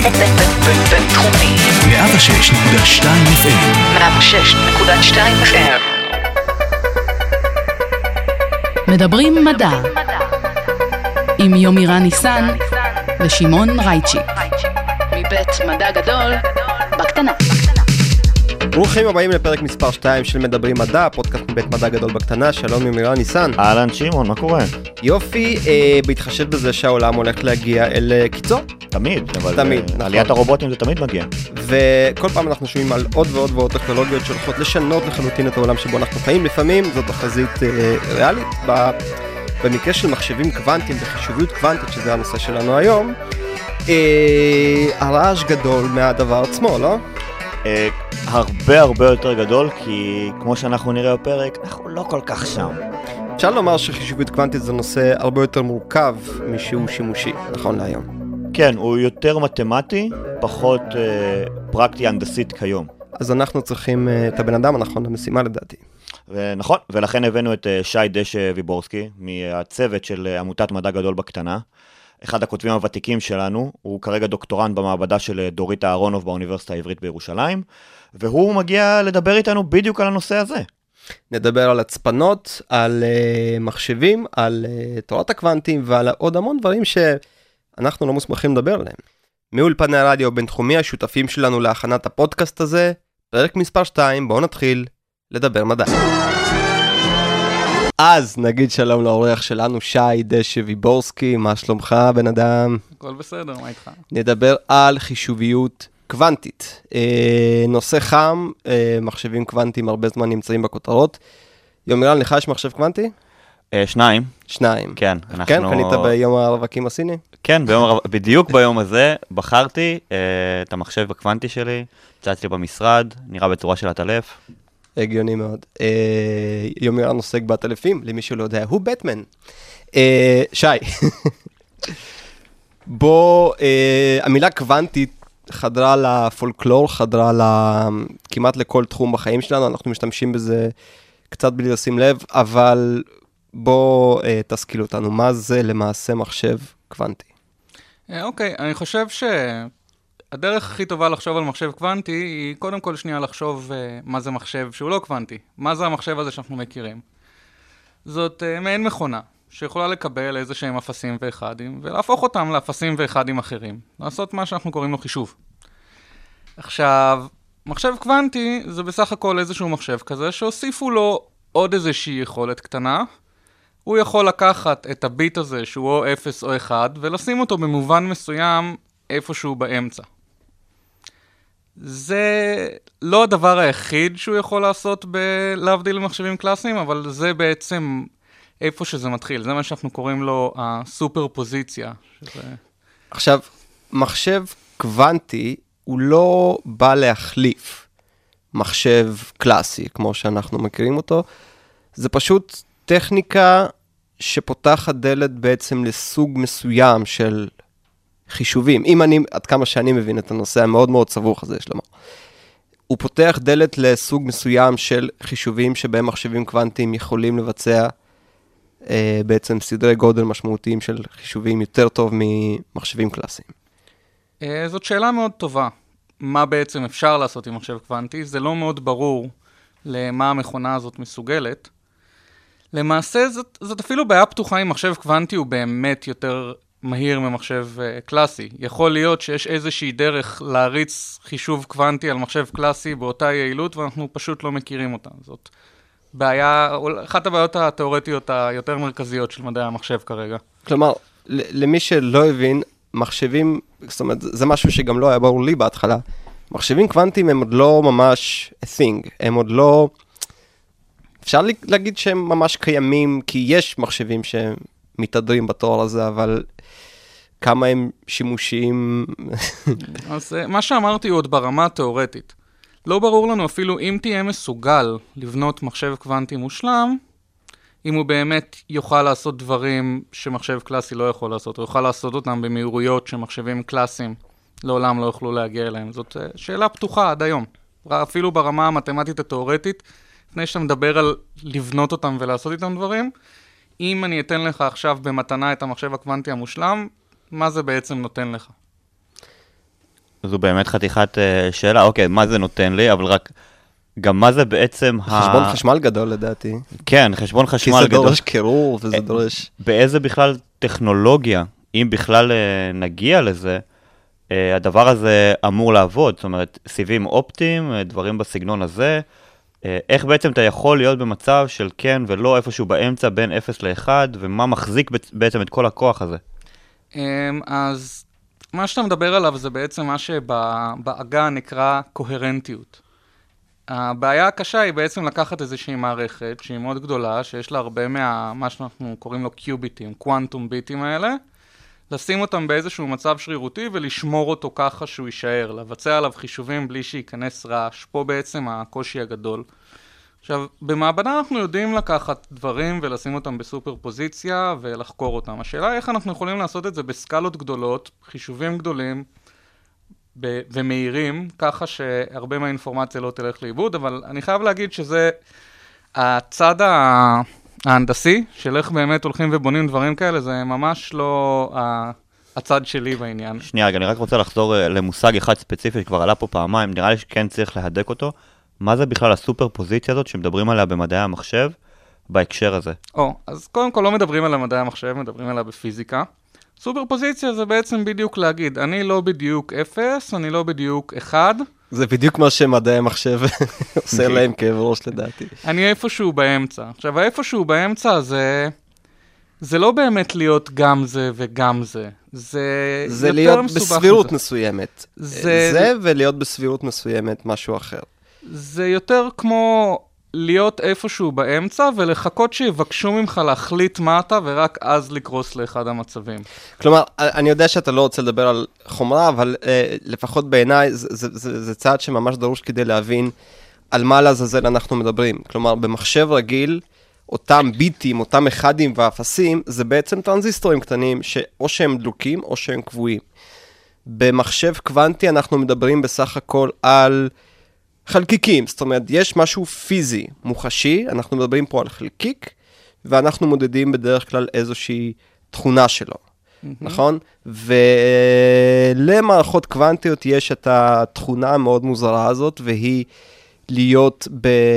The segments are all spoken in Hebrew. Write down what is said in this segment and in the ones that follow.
בינתחומי 106.2 FM 106.2 FM מדברים מדע עם יומירן ניסן ושמעון רייצ'י מבית מדע גדול בקטנה. ברוכים הבאים לפרק מספר 2 של מדברים מדע, פודקאסט מבית מדע גדול בקטנה. שלום יומירן ניסן. אהלן שמעון, מה קורה? יופי, בהתחשב בזה שהעולם הולך להגיע אל קיצו. תמיד, אבל תמיד, נכון. עליית הרובוטים זה תמיד מגיע. וכל פעם אנחנו שומעים על עוד ועוד ועוד טכנולוגיות שהולכות לשנות לחלוטין את העולם שבו אנחנו חיים. לפעמים זאת תחזית ריאלית. במקרה של מחשבים קוונטיים וחישוביות קוונטית, שזה הנושא שלנו היום, הרעש גדול מהדבר עצמו, לא? הרבה יותר גדול, כי כמו שאנחנו נראה בפרק, אנחנו לא כל כך שם. אפשר לומר שחישוביות קוונטית זה נושא הרבה יותר מורכב משהוא שימושי, נכון להיום. כן, הוא יותר מתמטי, פחות פרקטי הנדסית כיום. אז אנחנו צריכים את הבן אדם הנכון למשימה לדעתי. נכון, ולכן הבאנו את שי דשא ויבורסקי, מהצוות של עמותת מדע גדול בקטנה. אחד הכותבים הוותיקים שלנו, הוא כרגע דוקטורנט במעבדה של דורית אהרונוב באוניברסיטה העברית בירושלים, והוא מגיע לדבר איתנו בדיוק על הנושא הזה. נדבר על הצפנות, על מחשבים, על תורת הקוונטים ועל עוד המון דברים שאנחנו לא מוסמכים לדבר עליהם. מאולפני הרדיו בינתחומי, השותפים שלנו להכנת הפודקאסט הזה, פרק מספר 2, בואו נתחיל לדבר מדע. אז נגיד שלום לאורח שלנו, שי דשא ויבורסקי, מה שלומך בן אדם? הכל בסדר, מה איתך? נדבר על חישוביות קוונטית. נושא חם, מחשבים קוונטיים הרבה זמן נמצאים בכותרות. יומירן, לך יש מחשב קוונטי? שניים. כן, כן, קנית ביום הרווקים הסיני? כן, בדיוק ביום הזה בחרתי את המחשב הקוונטי שלי, צעצתי במשרד, נראה בצורה של הטלף. הגיוני מאוד. יומירן עוסק בעטלפים, למי שלא יודע, הוא בטמן. שי, בוא, המילה קוונטית חדרה לפולקלור, חדרה כמעט לכל תחום בחיים שלנו, אנחנו משתמשים בזה קצת בלי לשים לב, אבל בוא תשכיל אותנו, מה זה למעשה מחשב קוונטי? אוקיי, אני חושב הדרך הכי טובה לחשוב על מחשב קוונטי היא קודם כל שנייה לחשוב מה זה מחשב שהוא לא קוונטי. מה זה המחשב הזה שאנחנו מכירים? זאת מעין מכונה שיכולה לקבל איזה שהם אפסים ואחדים ולהפוך אותם לאפסים ואחדים אחרים. לעשות מה שאנחנו קוראים לו חישוב. עכשיו, מחשב קוונטי זה בסך הכל איזשהו מחשב כזה שהוסיפו לו עוד איזושהי יכולת קטנה. הוא יכול לקחת את הביט הזה שהוא או 0 או 1 ולשים אותו במובן מסוים איפשהו באמצע. זה לא הדבר היחיד שהוא יכול לעשות להבדיל למחשבים קלאסיים, אבל זה בעצם איפה שזה מתחיל. זה מה שאנחנו קוראים לו הסופר פוזיציה. עכשיו, מחשב קוונטי הוא לא בא להחליף מחשב קלאסי, כמו שאנחנו מכירים אותו. זה פשוט טכניקה שפותחת דלת בעצם לסוג מסוים של חישובים. עד כמה שאני מבין את הנושא המאוד מאוד סבוך הזה, יש לומר. הוא פותח דלת לסוג מסוים של חישובים שבהם מחשבים קוונטיים יכולים לבצע בעצם סדרי גודל משמעותיים של חישובים יותר טוב ממחשבים קלאסיים. זאת שאלה מאוד טובה. מה בעצם אפשר לעשות עם מחשב קוונטי? זה לא מאוד ברור למה המכונה הזאת מסוגלת. למעשה זאת אפילו בעיה פתוחה אם מחשב קוונטי הוא באמת יותר מהיר ממחשב קלאסי. יכול להיות שיש איזושהי דרך להריץ חישוב קוונטי על מחשב קלאסי באותה יעילות, ואנחנו פשוט לא מכירים אותה. זאת בעיה, אחת הבעיות התיאורטיות היותר מרכזיות של מדעי המחשב כרגע. כלומר, למי שלא הבין, מחשבים, זאת אומרת, זה משהו שגם לא היה ברור לי בהתחלה, מחשבים קוונטיים הם עוד לא ממש a thing, הם עוד לא, אפשר להגיד שהם ממש קיימים, כי יש מחשבים שמתהדרים בתואר הזה, אבל כמה הם שימושיים? אז מה שאמרתי הוא עוד ברמה התיאורטית. לא ברור לנו אפילו אם תהיה מסוגל לבנות מחשב קוונטי מושלם, אם הוא באמת יוכל לעשות דברים שמחשב קלאסי לא יכול לעשות, הוא יוכל לעשות אותם במהירויות שמחשבים קלאסיים לעולם לא יוכלו להגיע אליהם. זאת שאלה פתוחה עד היום. אפילו ברמה המתמטית התיאורטית, לפני שאתה מדבר על לבנות אותם ולעשות איתם דברים, אם אני אתן לך עכשיו במתנה את המחשב הקוונטי המושלם, מה זה בעצם נותן לך? זו באמת חתיכת שאלה, אוקיי, מה זה נותן לי, אבל רק גם מה זה בעצם חשבון חשמל גדול לדעתי. כן, חשבון חשמל גדול. כי זה דורש קירור וזה דורש... באיזה בכלל טכנולוגיה, אם בכלל נגיע לזה, הדבר הזה אמור לעבוד, זאת אומרת, סיבים אופטיים, דברים בסגנון הזה, איך בעצם אתה יכול להיות במצב של כן ולא איפשהו באמצע בין 0 ל-1, ומה מחזיק בעצם את כל הכוח הזה? אז מה שאתה מדבר עליו זה בעצם מה שבעגה נקרא קוהרנטיות. הבעיה הקשה היא בעצם לקחת איזושהי מערכת שהיא מאוד גדולה, שיש לה הרבה מה שאנחנו קוראים לו קיוביטים, קוונטום ביטים האלה, לשים אותם באיזשהו מצב שרירותי ולשמור אותו ככה שהוא יישאר, לבצע עליו חישובים בלי שייכנס רעש. פה בעצם הקושי הגדול. עכשיו, במעבדה אנחנו יודעים לקחת דברים ולשים אותם בסופר פוזיציה ולחקור אותם. השאלה היא איך אנחנו יכולים לעשות את זה בסקלות גדולות, חישובים גדולים ומהירים, ככה שהרבה מהאינפורמציה לא תלך לאיבוד, אבל אני חייב להגיד שזה הצד ההנדסי, של איך באמת הולכים ובונים דברים כאלה, זה ממש לא הצד שלי בעניין. שנייה, אני רק רוצה לחזור למושג אחד ספציפי, שכבר עלה פה פעמיים, נראה לי שכן צריך להדק אותו. מה זה בכלל הסופר פוזיציה הזאת שמדברים עליה במדעי המחשב בהקשר הזה? אז קודם כל לא מדברים עליה במדעי המחשב, מדברים עליה בפיזיקה. סופר פוזיציה זה בעצם בדיוק להגיד, אני לא בדיוק 0, אני לא בדיוק 1. זה בדיוק מה שמדעי המחשב עושה להם כאב ראש לדעתי. אני איפשהו באמצע. עכשיו, האיפשהו באמצע זה לא באמת להיות גם זה וגם זה. זה להיות בסבירות מסוימת. זה ולהיות בסבירות מסוימת משהו אחר. זה יותר כמו להיות איפשהו באמצע ולחכות שיבקשו ממך להחליט מה אתה ורק אז לקרוס לאחד המצבים. כלומר, אני יודע שאתה לא רוצה לדבר על חומרה, אבל לפחות בעיניי זה צעד שממש דרוש כדי להבין על מה לעזאזל אנחנו מדברים. כלומר, במחשב רגיל, אותם ביטים, אותם אחדים ואפסים, זה בעצם טרנזיסטורים קטנים שאו שהם דלוקים או שהם קבועים. במחשב קוונטי אנחנו מדברים בסך הכל על חלקיקים, זאת אומרת, יש משהו פיזי, מוחשי, אנחנו מדברים פה על חלקיק, ואנחנו מודדים בדרך כלל איזושהי תכונה שלו, נכון? ולמערכות קוונטיות יש את התכונה המאוד מוזרה הזאת, והיא להיות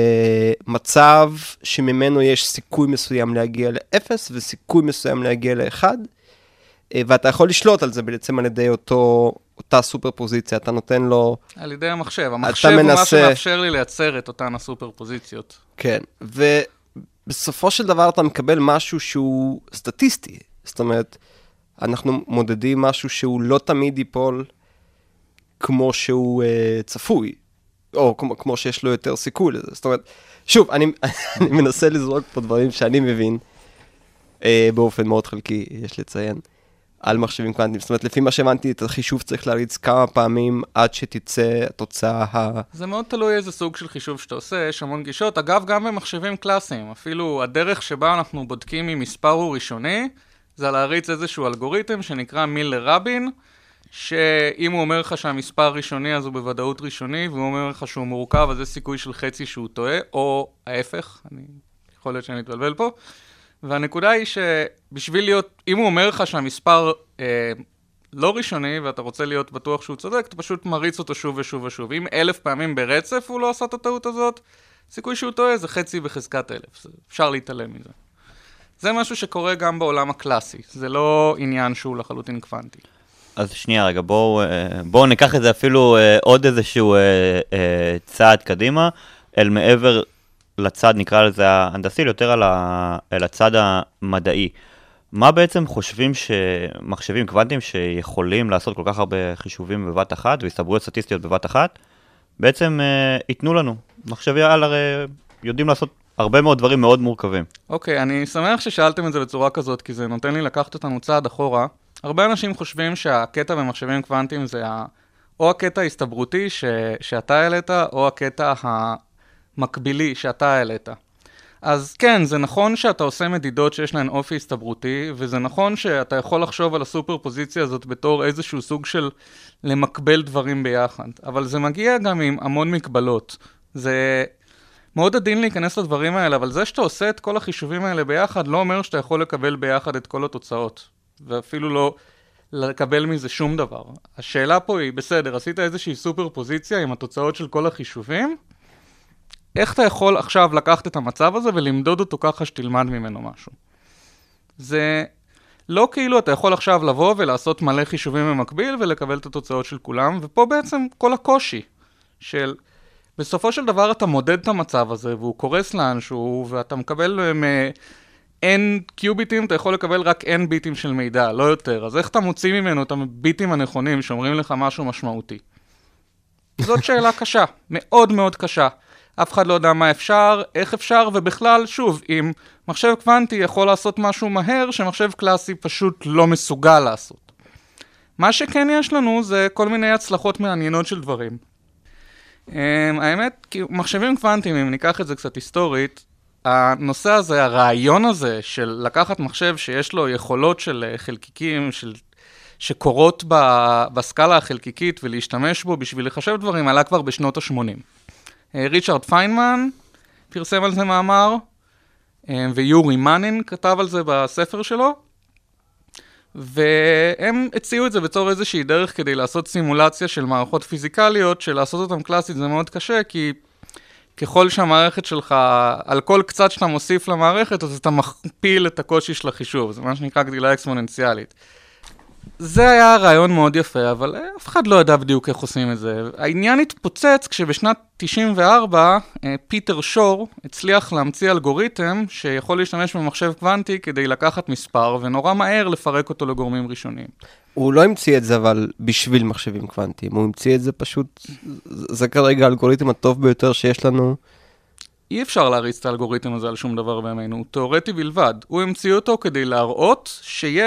במצב שממנו יש סיכוי מסוים להגיע ל-0, וסיכוי מסוים להגיע ל-1, ואתה יכול לשלוט על זה בעצם על ידי אותה סופר פוזיציה, אתה נותן לו... על ידי המחשב. המחשב הוא מה שמאפשר לי לייצר את אותן הסופר פוזיציות. כן, ובסופו של דבר אתה מקבל משהו שהוא סטטיסטי. זאת אומרת, אנחנו מודדים משהו שהוא לא תמיד ייפול כמו שהוא צפוי, או כמו שיש לו יותר סיכוי לזה. זאת אומרת, שוב, אני מנסה לזרוק פה דברים שאני מבין באופן מאוד חלקי, יש לציין. על מחשבים קוונטיים. זאת אומרת, לפי מה שהבנתי, את החישוב צריך להריץ כמה פעמים עד שתצא התוצאה זה מאוד תלוי איזה סוג של חישוב שאתה עושה, יש המון גישות. אגב, גם במחשבים קלאסיים, אפילו הדרך שבה אנחנו בודקים אם מספר הוא ראשוני, זה להריץ איזשהו אלגוריתם שנקרא מילר-רבין, שאם הוא אומר לך שהמספר ראשוני, אז הוא בוודאות ראשוני, והוא אומר לך שהוא מורכב, אז זה סיכוי של חצי שהוא טועה, או ההפך, יכול להיות שאני אתבלבל פה. והנקודה היא שבשביל להיות, אם הוא אומר לך שהמספר לא ראשוני, ואתה רוצה להיות בטוח שהוא צודק, אתה פשוט מריץ אותו שוב ושוב ושוב. אם 1000 פעמים ברצף הוא לא עשה את הטעות הזאת, סיכוי שהוא טועה זה חצי בחזקת 1000. אפשר להתעלם מזה. זה משהו שקורה גם בעולם הקלאסי. זה לא עניין שהוא לחלוטין קוונטי. אז שנייה רגע, בואו ניקח את זה אפילו עוד איזשהו צעד קדימה, אל מעבר לצד, נקרא לזה ההנדסי, יותר על הצד המדעי. מה בעצם חושבים שמחשבים קוונטיים שיכולים לעשות כל כך הרבה חישובים בבת אחת, והסתברויות סטטיסטיות בבת אחת, בעצם ייתנו לנו. מחשבי על הרי יודעים לעשות הרבה מאוד דברים מאוד מורכבים. אוקיי, אני שמח ששאלתם את זה בצורה כזאת, כי זה נותן לי לקחת אותנו צעד אחורה. הרבה אנשים חושבים שהקטע במחשבים קוונטיים זה או הקטע ההסתברותי שאתה העלית, או הקטע המקבילי שאתה העלית. אז כן, זה נכון שאתה עושה מדידות שיש להן אופי הסתברותי, וזה נכון שאתה יכול לחשוב על הסופר פוזיציה הזאת בתור איזשהו סוג של למקבל דברים ביחד. אבל זה מגיע גם עם המון מקבלות. זה מאוד עדין להיכנס לדברים האלה, אבל זה שאתה עושה את כל החישובים האלה ביחד, לא אומר שאתה יכול לקבל ביחד את כל התוצאות. ואפילו לא לקבל מזה שום דבר. השאלה פה היא, בסדר, עשית איזושהי סופר פוזיציה עם התוצאות של כל החישובים, איך אתה יכול עכשיו לקחת את המצב הזה ולמדוד אותו ככה שתלמד ממנו משהו? זה לא כאילו אתה יכול עכשיו לבוא ולעשות מלא חישובים במקביל ולקבל את התוצאות של כולם, ופה בעצם כל הקושי של בסופו של דבר אתה מודד את המצב הזה והוא קורס לאנשהו ואתה מקבל N קיוביטים, אתה יכול לקבל רק N ביטים של מידע, לא יותר. אז איך אתה מוציא ממנו את הביטים הנכונים שאומרים לך משהו משמעותי? זאת שאלה קשה, מאוד מאוד קשה. אף אחד לא יודע מה אפשר, איך אפשר, ובכלל, שוב, אם מחשב קוונטי יכול לעשות משהו מהר, שמחשב קלאסי פשוט לא מסוגל לעשות. מה שכן יש לנו זה כל מיני הצלחות מעניינות של דברים. האמת, כי מחשבים קוונטיים, אם ניקח את זה קצת היסטורית, הנושא הזה, הרעיון הזה של לקחת מחשב שיש לו יכולות של חלקיקים, שקורות בסקאלה החלקיקית ולהשתמש בו בשביל לחשב דברים, עלה כבר בשנות ה-80. ריצ'רד פיינמן פרסם על זה מאמר, ויורי מנין כתב על זה בספר שלו, והם הציעו את זה בתור איזושהי דרך כדי לעשות סימולציה של מערכות פיזיקליות, שלעשות אותם קלאסית זה מאוד קשה, כי ככל שהמערכת שלך, על כל קצת שאתה מוסיף למערכת, אז אתה מכפיל את הקושי של החישוב, זה מה שנקרא גדילה אקספוננציאלית. זה היה רעיון מאוד יפה, אבל אף אחד לא ידע בדיוק איך עושים את זה. העניין התפוצץ כשבשנת 94 פיטר שור הצליח להמציא אלגוריתם שיכול להשתמש במחשב קוונטי כדי לקחת מספר ונורא מהר לפרק אותו לגורמים ראשוניים. הוא לא המציא את זה אבל בשביל מחשבים קוונטיים, הוא המציא את זה פשוט, זה כרגע האלגוריתם הטוב ביותר שיש לנו. אי אפשר להריץ את האלגוריתם הזה על שום דבר בימינו, הוא תיאורטי בלבד. הוא המציא אותו כדי להראות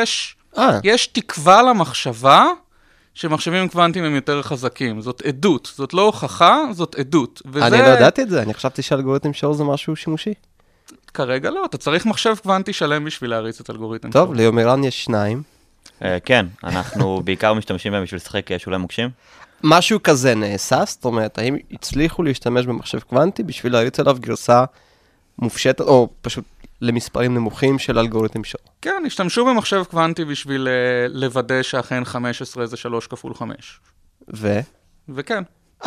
יש תקווה למחשבה שמחשבים קוונטיים הם יותר חזקים. זאת עדות, זאת לא הוכחה, זאת עדות. אני לא ידעתי את זה, אני חשבתי שאלגוריתם שור זה משהו שימושי. כרגע לא, אתה צריך מחשב קוונטי שלם בשביל להריץ את אלגוריתם שור. טוב, ליומירן יש 2. כן, אנחנו בעיקר משתמשים בהם בשביל לשחק שולי מוקשים. משהו כזה נעשה, זאת אומרת, האם הצליחו להשתמש במחשב קוונטי בשביל להריץ עליו גרסה מופשטת, או פשוט למספרים נמוכים של אלגוריתם שור? כן, השתמשו במחשב קוונטי בשביל לוודא שאכן 15 זה 3 כפול 5. וכן.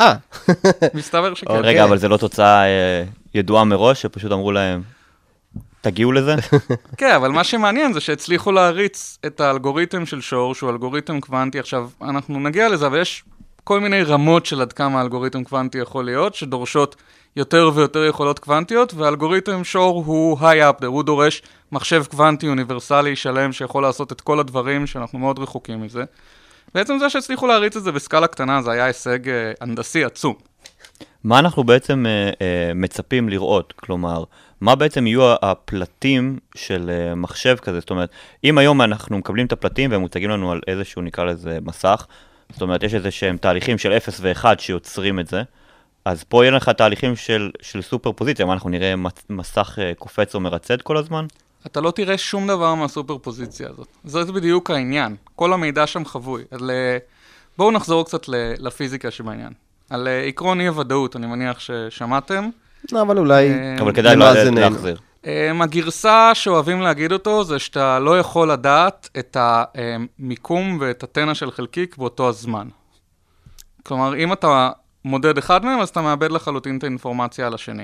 מסתבר שכן. רגע, אבל זה לא תוצאה ידועה מראש, שפשוט אמרו להם, תגיעו לזה? כן, אבל מה שמעניין זה שהצליחו להריץ את האלגוריתם של שור, שהוא אלגוריתם קוונטי. עכשיו, אנחנו נגיע לזה, אבל יש כל מיני רמות של עד כמה האלגוריתם קוונטי יכול להיות, שדורשות יותר ויותר יכולות קוונטיות, והאלגוריתם שור הוא high up there, הוא דורש מחשב קוונטי אוניברסלי שלם שיכול לעשות את כל הדברים שאנחנו מאוד רחוקים מזה. בעצם זה שהצליחו להריץ את זה בסקאלה קטנה, זה היה הישג הנדסי עצום. מה אנחנו בעצם מצפים לראות? כלומר, מה בעצם יהיו הפלטים של מחשב כזה? זאת אומרת, אם היום אנחנו מקבלים את הפלטים והם מוצגים לנו על איזשהו, נקרא לזה, מסך, זאת אומרת, יש איזה שהם תהליכים של 0 ו-1 שיוצרים את זה, אז פה יהיה לך תהליכים של סופר פוזיציה, מה אנחנו נראה מסך קופץ או מרצד כל הזמן? אתה לא תראה שום דבר מהסופר פוזיציה הזאת. זה בדיוק העניין. כל המידע שם חבוי. בואו נחזור קצת לפיזיקה שבעניין. על עקרון אי הוודאות, אני מניח ששמעתם. אבל אולי... אבל כדאי להחזיר. הגרסה שאוהבים להגיד אותו זה שאתה לא יכול לדעת את המיקום ואת התנע של חלקיק באותו הזמן. כלומר, אם אתה מודד אחד מהם, אז אתה מאבד לחלוטין את האינפורמציה על השני.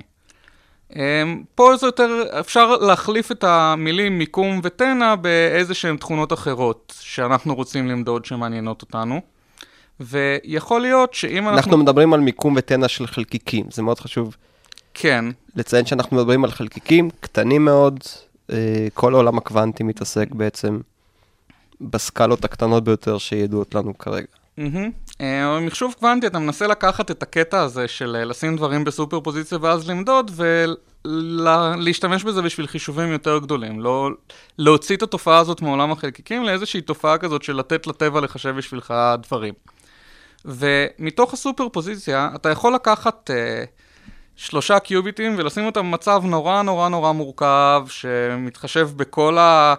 פה זה יותר, אפשר להחליף את המילים מיקום ותנע באיזה שהן תכונות אחרות שאנחנו רוצים למדוד שמעניינות אותנו. ויכול להיות שאם אנחנו מדברים על מיקום ותנע של חלקיקים, זה מאוד חשוב. כן. לציין שאנחנו מדברים על חלקיקים קטנים מאוד, כל העולם הקוונטי מתעסק בעצם בסקלות הקטנות ביותר שידועות לנו כרגע. במחשוב קוונטי אתה מנסה לקחת את הקטע הזה של לשים דברים בסופר פוזיציה ואז למדוד ולהשתמש בזה בשביל חישובים יותר גדולים. לא להוציא את התופעה הזאת מעולם החלקיקים לאיזושהי תופעה כזאת של לתת לטבע לחשב בשבילך דברים. ומתוך הסופר פוזיציה אתה יכול לקחת 3 קיוביטים ולשים אותם במצב נורא נורא נורא מורכב שמתחשב בכל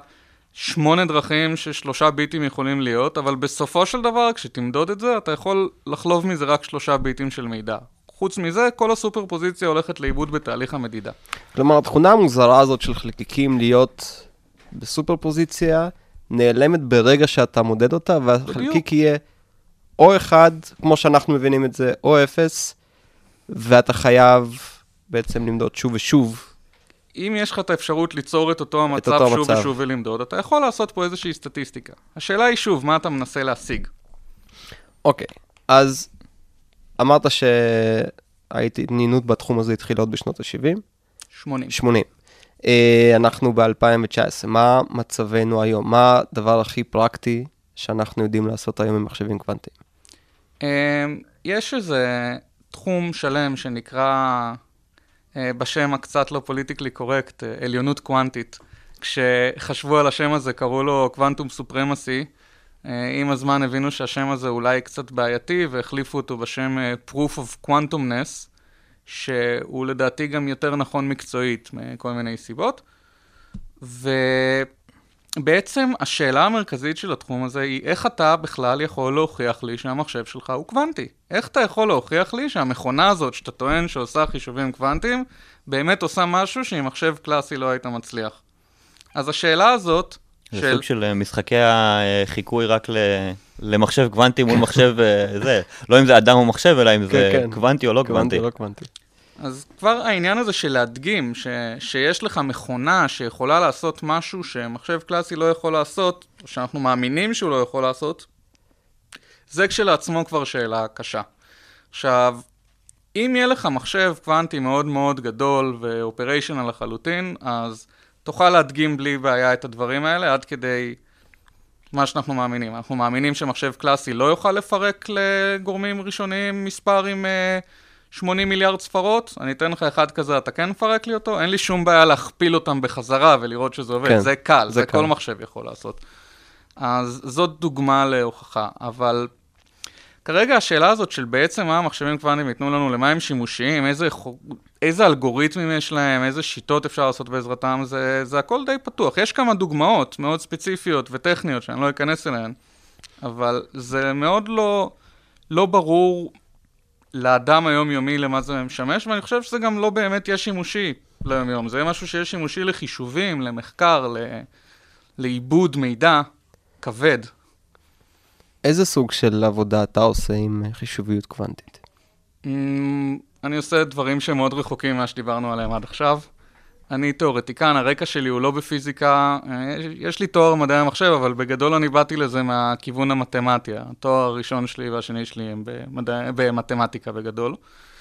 8 דרכים ש3 ביטים יכולים להיות, אבל בסופו של דבר, כשתמדוד את זה, אתה יכול לחלוב מזה רק 3 ביטים של מידע. חוץ מזה, כל הסופר פוזיציה הולכת לאיבוד בתהליך המדידה. כלומר, התכונה המוזרה הזאת של חלקיקים להיות בסופר פוזיציה, נעלמת ברגע שאתה מודד אותה, והחלקיק יהיה או 1, כמו שאנחנו מבינים את זה, או 0, ואתה חייב בעצם למדוד שוב ושוב. אם יש לך את האפשרות ליצור את אותו המצב שוב ושוב ולמדוד, אתה יכול לעשות פה איזושהי סטטיסטיקה. השאלה היא שוב, מה אתה מנסה להשיג? אוקיי, אז אמרת שההתעניינות בתחום הזה התחילה עוד בשנות ה-70? 80. אנחנו ב-2019. מה מצבנו היום? מה הדבר הכי פרקטי שאנחנו יודעים לעשות היום עם מחשבים קוונטיים? יש איזה תחום שלם שנקרא, בשם הקצת לא פוליטיקלי קורקט, עליונות קוונטית. כשחשבו על השם הזה, קראו לו קוונטום סופרמסי. עם הזמן הבינו שהשם הזה אולי קצת בעייתי, והחליפו אותו בשם Proof of Quantumness, שהוא לדעתי גם יותר נכון מקצועית מכל מיני סיבות. ובעצם השאלה המרכזית של התחום הזה היא איך אתה בכלל יכול להוכיח לי שהמחשב שלך הוא קוונטי? איך אתה יכול להוכיח לי שהמכונה הזאת שאתה טוען שעושה חישובים קוונטיים, באמת עושה משהו שעם מחשב קלאסי לא היית מצליח? אז השאלה הזאת זה סוג של משחקי החיקוי רק למחשב קוונטי מול מחשב זה. לא אם זה אדם או מחשב, אלא אם זה קוונטי או לא קוונטי. אז כבר העניין הזה של להדגים שיש לך מכונה שיכולה לעשות משהו שמחשב קלאסי לא יכול לעשות, או שאנחנו מאמינים שהוא לא יכול לעשות, זה כשלעצמו כבר שאלה קשה. עכשיו, אם יהיה לך מחשב קוונטי מאוד מאוד גדול ואופריישנל לחלוטין, אז תוכל להדגים בלי בעיה את הדברים האלה, עד כדי מה שאנחנו מאמינים. אנחנו מאמינים שמחשב קלאסי לא יוכל לפרק לגורמים ראשוניים מספר עם 80 מיליארד ספרות. אני אתן לך אחד כזה, אתה כן מפרק לי אותו? אין לי שום בעיה להכפיל אותם בחזרה ולראות שזה עובד. כן, זה קל, זה כל מחשב יכול לעשות. אז זאת דוגמה להוכחה. אבל כרגע השאלה הזאת של בעצם מה המחשבים קוונטיים ייתנו לנו, למה הם שימושיים, איזה אלגוריתמים יש להם, איזה שיטות אפשר לעשות בעזרתם, זה הכל די פתוח. יש כמה דוגמאות מאוד ספציפיות וטכניות שאני לא אכנס אליהן, אבל זה מאוד לא ברור לאדם היומיומי למה זה משמש, ואני חושב שזה גם לא באמת יהיה שימושי ליומיום. זה יהיה משהו שיש שימושי לחישובים, למחקר, לעיבוד מידע כבד. איזה סוג של עבודה אתה עושה עם חישוביות קוונטית? אני עושה דברים שמאוד רחוקים ממה שדיברנו עליהם עד עכשיו. אני תיאורטיקן, הרקע שלי הוא לא בפיזיקה, יש לי תואר מדעי המחשב, אבל בגדול אני באתי לזה מהכיוון המתמטי. התואר הראשון שלי והשני שלי הם במתמטיקה בגדול.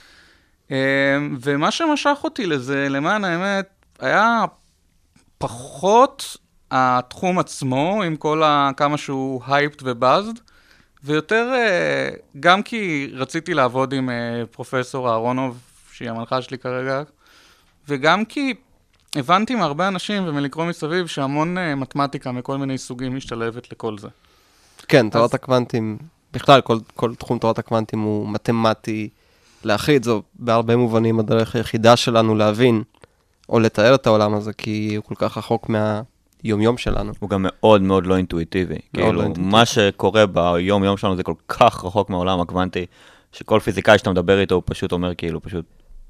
ומה שמשך אותי לזה, למען האמת, היה פחות התחום עצמו, עם כל כמה שהוא הייפט ובאזד, ויותר גם כי רציתי לעבוד עם פרופסור אהרונוב, שהיא המנחה שלי כרגע, וגם כי הבנתי מהרבה אנשים ומלקרוא מסביב שהמון מתמטיקה מכל מיני סוגים משתלבת לכל זה. כן, תורת הקוונטים, בכלל כל תחום תורת הקוונטים הוא מתמטי להחיד, זו בהרבה מובנים הדרך היחידה שלנו להבין או לתאר את העולם הזה, כי הוא כל כך רחוק יום-יום שלנו. הוא גם מאוד מאוד לא אינטואיטיבי. כאילו, מה שקורה ביום-יום שלנו זה כל כך רחוק מהעולם הקוונטי, שכל פיזיקאי שאתה מדבר איתו, הוא פשוט אומר כאילו, פשוט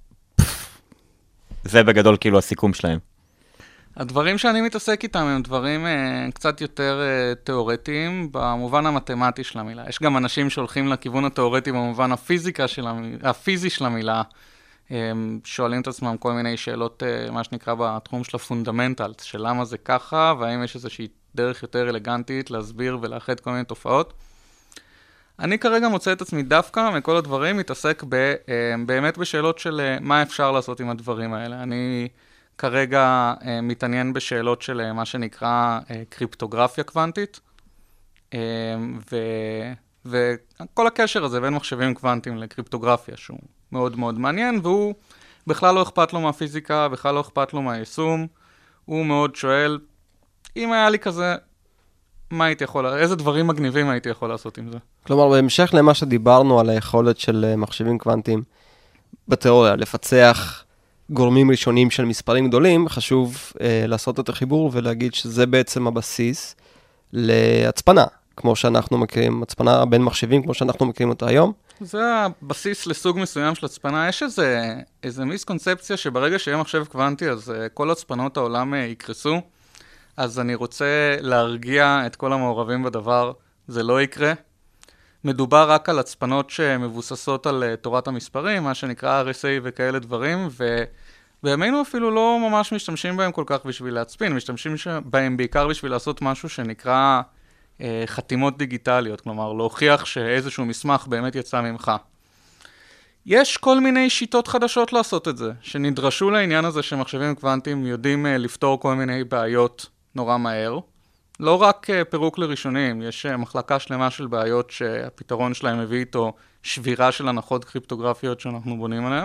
זה בגדול כאילו הסיכום שלהם. הדברים שאני מתעסק איתם הם דברים קצת יותר תיאורטיים במובן המתמטי של המילה. יש גם אנשים שהולכים לכיוון התיאורטי במובן הפיזי של המילה, שואלים את עצמם כל מיני שאלות, מה שנקרא בתחום של הפונדמנטל, של למה זה ככה, והאם יש איזושהי דרך יותר אלגנטית להסביר ולאחד כל מיני תופעות. אני כרגע מוצא את עצמי דווקא מכל הדברים, מתעסק באמת בשאלות של מה אפשר לעשות עם הדברים האלה. אני כרגע מתעניין בשאלות של מה שנקרא קריפטוגרפיה קוונטית, וכל הקשר הזה בין מחשבים קוונטיים לקריפטוגרפיה, שהוא מאוד מאוד מעניין, והוא בכלל לא אכפת לו מהפיזיקה, בכלל לא אכפת לו מהיישום, הוא מאוד שואל, אם היה לי כזה, מה הייתי יכול, איזה דברים מגניבים הייתי יכול לעשות עם זה? כלומר, בהמשך למה שדיברנו על היכולת של מחשבים קוונטיים בתיאוריה, לפצח גורמים ראשונים של מספרים גדולים, חשוב לעשות את החיבור ולהגיד שזה בעצם הבסיס להצפנה, כמו שאנחנו מכירים, הצפנה בין מחשבים, כמו שאנחנו מכירים אותה היום. זה הבסיס לסוג מסוים של הצפנה. יש איזה מיסקונספציה שברגע שיהיה מחשב קוונטי, אז כל הצפנות העולם יקרסו. אז אני רוצה להרגיע את כל המעורבים בדבר, זה לא יקרה. מדובר רק על הצפנות שמבוססות על תורת המספרים, מה שנקרא RSA וכאלה דברים, ובימינו אפילו לא ממש משתמשים בהם כל כך בשביל להצפין, משתמשים בהם בעיקר בשביל לעשות משהו שנקרא חתימות דיגיטליות, כלומר להוכיח שאיזשהו מסמך באמת יצא ממך. יש כל מיני שיטות חדשות לעשות את זה, שנדרשו לעניין הזה שמחשבים קוונטיים יודעים לפתור כל מיני בעיות נורא מהר. לא רק פירוק לראשונים, יש מחלקה שלמה של בעיות שהפתרון שלהם מביא איתו שבירה של הנחות קריפטוגרפיות שאנחנו בונים עליהן.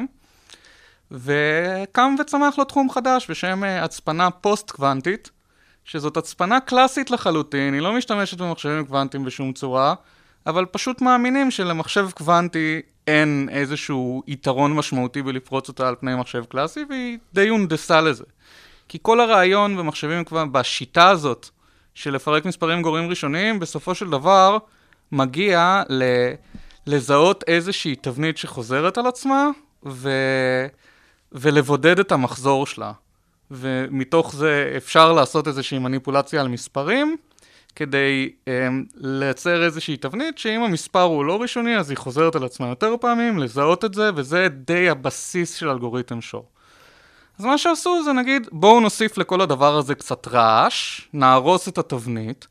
וקם וצמח לו תחום חדש בשם הצפנה פוסט-קוונטית, שזאת הצפנה קלאסית לחלוטין, היא לא משתמשת במחשבים קוונטיים בשום צורה, אבל פשוט מאמינים שלמחשב קוונטי אין איזשהו יתרון משמעותי בלפרוץ אותה על פני מחשב קלאסי, והיא די הונדסה לזה. כי כל הרעיון במחשבים בשיטה הזאת, של לפרק מספרים גורמים ראשוניים, בסופו של דבר מגיע לזהות איזושהי תבנית שחוזרת על עצמה, ולבודד את המחזור שלה. ומתוך זה אפשר לעשות איזושהי מניפולציה על מספרים, כדי לייצר איזושהי תבנית, שאם המספר הוא לא ראשוני, אז היא חוזרת על עצמה יותר פעמים, לזהות את זה, וזה די הבסיס של אלגוריתם שור. אז מה שעשו זה נגיד, בואו נוסיף לכל הדבר הזה קצת רעש, נהרוס את התבנית,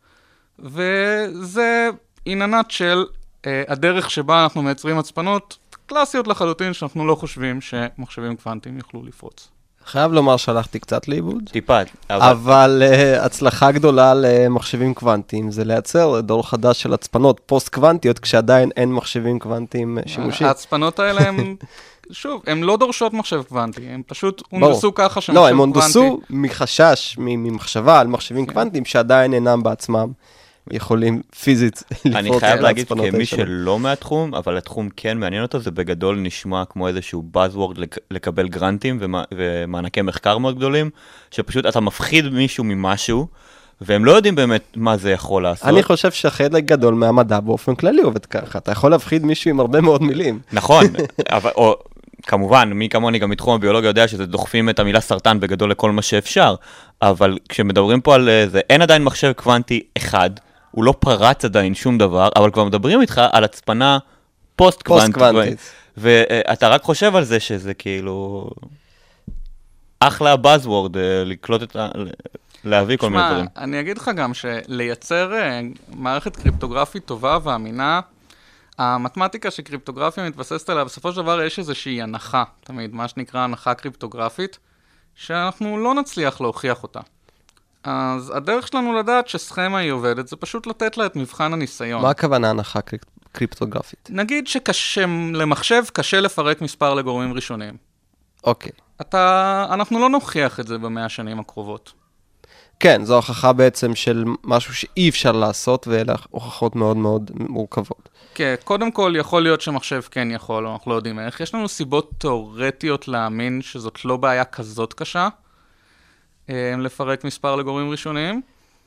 וזה עיננת של הדרך שבה אנחנו מייצרים הצפנות קלאסיות לחלוטין, שאנחנו לא חושבים שמחשבים קוונטיים יוכלו לפרוץ. חייב לומר שהלכתי קצת לאיבוד. טיפה. אבל הצלחה גדולה למחשבים קוונטיים זה לייצר דור חדש של הצפנות פוסט-קוונטיות, כשעדיין אין מחשבים קוונטיים שימושיים. ההצפנות האלה הם, שוב, הם לא דורשות מחשב קוונטי, הם פשוט הונדסו ככה שמחשב קוונטי. לא, הם הונדסו מחשש, ממחשבה על מחשבים קוונטיים, שעדיין אינם בעצמם יכולים פיזית לפרוץ. אני חייב להגיד כמי שלא מהתחום, אבל התחום כן מעניין אותו, זה בגדול נשמע כמו איזשהו buzzword לקבל גרנטים ומענקי מחקר מאוד גדולים, שפשוט אתה מפחיד מישהו ממשהו, והם לא יודעים באמת מה זה יכול לעשות. אני חושב שחלק גדול מהמדע באופן כללי עובד ככה, אתה יכול להפחיד מישהו עם הרבה מאוד מילים. נכון, או כמובן, מי כמוני גם מתחום הביולוגיה יודע שזה דוחפים את המילה סרטן בגדול לכל מה שאפשר, אבל כשמדברים פה על זה, אין עדיין מחשב קוונטי אחד, הוא לא פרץ עדיין שום דבר, אבל כבר מדברים איתך על הצפנה פוסט-קוונטית. ואתה רק חושב על זה שזה כאילו אחלה buzzword, לקלוט את להביא כל מיני דברים. אני אגיד לך גם שלייצר מערכת קריפטוגרפית טובה ואמינה, המתמטיקה שקריפטוגרפיה מתבססת עליה, בסופו של דבר יש איזושהי הנחה, תמיד, מה שנקרא הנחה קריפטוגרפית, שאנחנו לא נצליח להוכיח אותה. אז הדרך שלנו לדעת שסכמה היא עובדת, זה פשוט לתת לה את מבחן הניסיון. מה הכוונה הנחה קריפטוגרפית? נגיד שלמחשב קשה לפרק מספר לגורמים ראשונים. אוקיי. אנחנו לא נוכיח את זה ב100 השנים הקרובות. כן, זו הוכחה בעצם של משהו שאי אפשר לעשות, ואלה הוכחות מאוד מאוד מורכבות. כן, קודם כל יכול להיות שמחשב כן יכול, אנחנו לא יודעים איך. יש לנו סיבות תיאורטיות להאמין שזאת לא בעיה כזאת קשה, לפרק מספר לגורמים ראשוניים,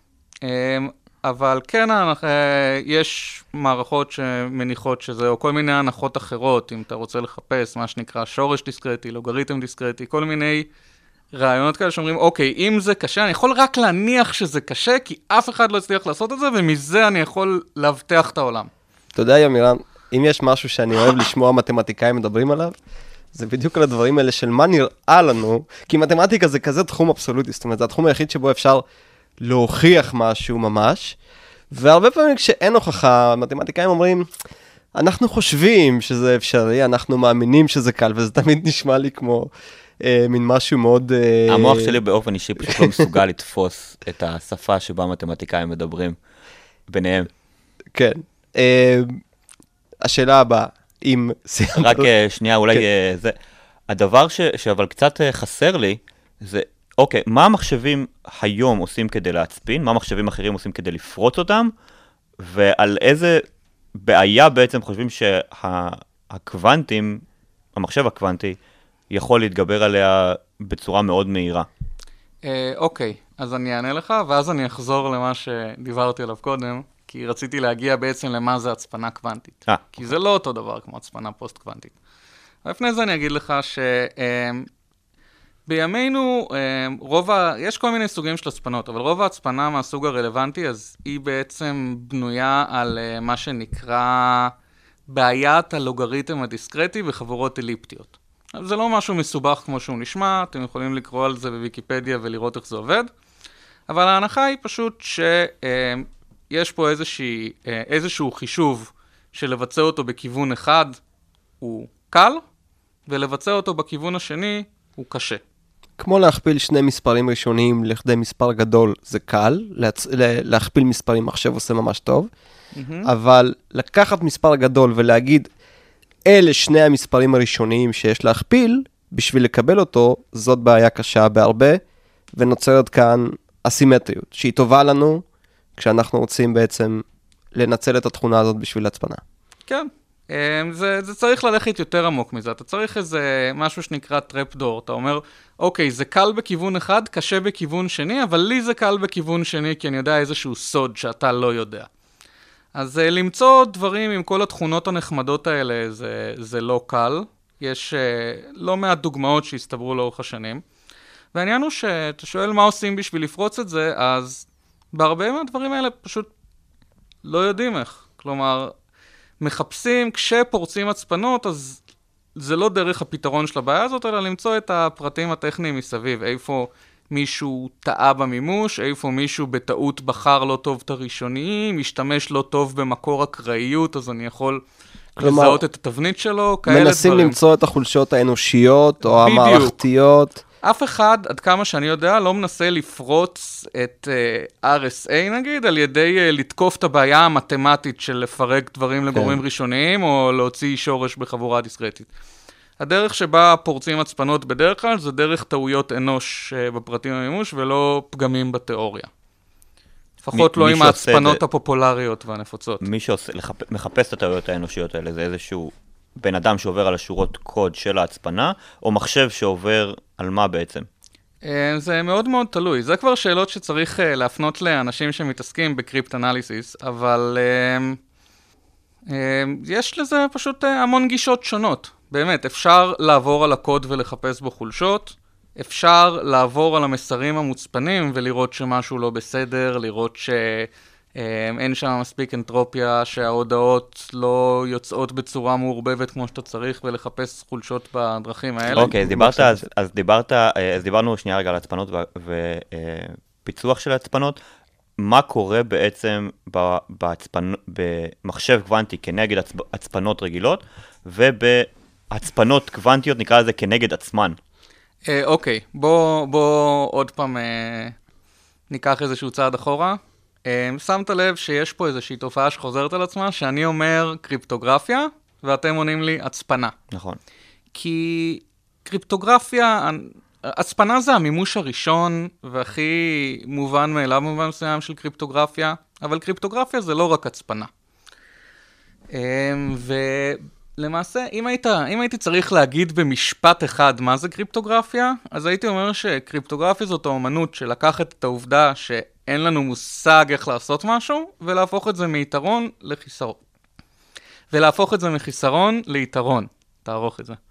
אבל כן, יש מערכות שמניחות שזה, או כל מיני הנחות אחרות, אם אתה רוצה לחפש מה שנקרא שורש דיסקרטי, לוגריתם דיסקרטי, כל מיני רעיונות כאלה שאומרים, אוקיי, אם זה קשה, אני יכול רק להניח שזה קשה, כי אף אחד לא הצליח לעשות את זה, ומזה אני יכול להבטח את העולם. אתה יודע, יומירן, אם יש משהו שאני אוהב לשמוע מתמטיקאים מדברים עליו, זה בדיוק על הדברים האלה של מה נראה לנו, כי מתמטיקה זה כזה תחום אבסולוטי, זאת אומרת, זה התחום היחיד שבו אפשר להוכיח משהו ממש, והרבה פעמים כשאין הוכחה, מתמטיקאים אומרים, אנחנו חושבים שזה אפשרי, אנחנו מאמינים שזה קל, וזה תמיד נשמע לי כמו מין משהו מאוד... המוח שלי באופן אישי פשוט לא מסוגל לתפוס את השפה שבה מתמטיקאים מדברים ביניהם. כן. השאלה הבאה, אם... רק שנייה, אולי זה... הדבר שאבל קצת חסר לי, זה, אוקיי, מה המחשבים היום עושים כדי להצפין? מה מחשבים אחרים עושים כדי לפרוץ אותם? ועל איזה בעיה בעצם חושבים שהקוונטים, המחשב הקוונטי, יכול להתגבר עליה בצורה מאוד מהירה? אוקיי, אז אני אענה לך, ואז אני אחזור למה שדיברתי עליו קודם, כי רציתי להגיע בעצם למה זה הצפנה קוונטית. כי זה לא אותו דבר כמו הצפנה פוסט-קוונטית. לפני זה אני אגיד לך בימינו, יש כל מיני סוגים של הצפנות, אבל רוב ההצפנה מהסוג הרלוונטי, אז היא בעצם בנויה על מה שנקרא בעיית הלוגריתם הדיסקרטי וחבורות אליפטיות. זה לא משהו מסובך כמו שהוא נשמע, אתם יכולים לקרוא על זה בוויקיפדיה ולראות איך זה עובד, אבל ההנחה היא פשוט שיש פה איזשהו חישוב שלבצע אותו בכיוון אחד הוא קל, ולבצע אותו בכיוון השני הוא קשה. כמו להכפיל שני מספרים ראשוניים לכדי מספר גדול, זה קל, להכפיל מספרים מחשב עושה ממש טוב, אבל לקחת מספר גדול ולהגיד, אלה שני המספרים הראשוניים שיש להכפיל, בשביל לקבל אותו, זאת בעיה קשה בהרבה, ונוצרת כאן אסימטריות, שהיא טובה לנו, כשאנחנו רוצים בעצם לנצל את התכונה הזאת בשביל הצפנה. כן. זה צריך ללכת יותר עמוק מזה. אתה צריך איזה משהו שנקרא טרפדור. אתה אומר, אוקיי, זה קל בכיוון אחד, קשה בכיוון שני, אבל לי זה קל בכיוון שני, כי אני יודע איזשהו סוד שאתה לא יודע. אז למצוא דברים עם כל התכונות הנחמדות האלה, זה לא קל. יש לא מעט דוגמאות שהסתברו לאורך השנים. והעניין הוא שאתה שואל מה עושים בשביל לפרוץ את זה, אז בהרבה מהדברים האלה פשוט לא יודעים איך. כלומר, מחפשים, כשפורצים הצפנות, אז זה לא דרך הפתרון של הבעיה הזאת, אלא למצוא את הפרטים הטכניים מסביב. איפה מישהו טעה במימוש, איפה מישהו בטעות בחר לא טוב את הראשוניים, משתמש לא טוב במקור הקראיות, אז אני יכול לזהות את התבנית שלו, כאלה דברים. מנסים למצוא את החולשות האנושיות או המערכתיות. אף אחד, עד כמה שאני יודע, לא מנסה לפרוץ את RSA נגיד, על ידי לתקוף את הבעיה המתמטית של לפרק דברים לגורמים ראשוניים, או להוציא שורש בחבורה דיסקרטית. הדרך שבה פורצים הצפנות בדרך כלל, זה דרך טעויות אנוש בפרטים המימוש, ולא פגמים בתיאוריה. לפחות לא עם ההצפנות הפופולריות והנפוצות. מי שמחפש את הטעויות האנושיות האלה, זה איזשהו בן אדם שעובר על השורות קוד של ההצפנה, או מחשב שעובר על מה בעצם? זה מאוד מאוד תלוי. זה כבר שאלות שצריך להפנות לאנשים שמתעסקים בקריפט-אנליסיס, אבל יש לזה פשוט המון גישות שונות. באמת, אפשר לעבור על הקוד ולחפש בו חולשות, אפשר לעבור על המסרים המוצפנים ולראות שמשהו לא בסדר, לראות אין שם מספיק אנטרופיה, שההודעות לא יוצאות בצורה מעורבבת כמו שאתה צריך, ולחפש חולשות בדרכים האלה. אוקיי, אז דיברנו שנייה רגע על הצפנות ופיצוח של הצפנות. מה קורה בעצם במחשב קוונטי כנגד הצפנות רגילות, ובהצפנות קוונטיות נקרא לזה כנגד עצמן? אוקיי, בוא עוד פעם ניקח איזשהו צעד אחורה. שמת לב שיש פה איזושהי תופעה שחוזרת על עצמה, שאני אומר קריפטוגרפיה, ואתם עונים לי הצפנה. נכון. כי קריפטוגרפיה, הצפנה זה המימוש הראשון, והכי מובן מאליו במובן מסוים של קריפטוגרפיה, אבל קריפטוגרפיה זה לא רק הצפנה. ולמעשה, אם הייתי צריך להגיד במשפט אחד מה זה קריפטוגרפיה, אז הייתי אומר שקריפטוגרפיה זאת האומנות שלקחת את העובדה אין לנו מושג איך לעשות משהו, ולהפוך את זה מיתרון לחיסרון. ולהפוך את זה מחיסרון ליתרון. תערוך את זה.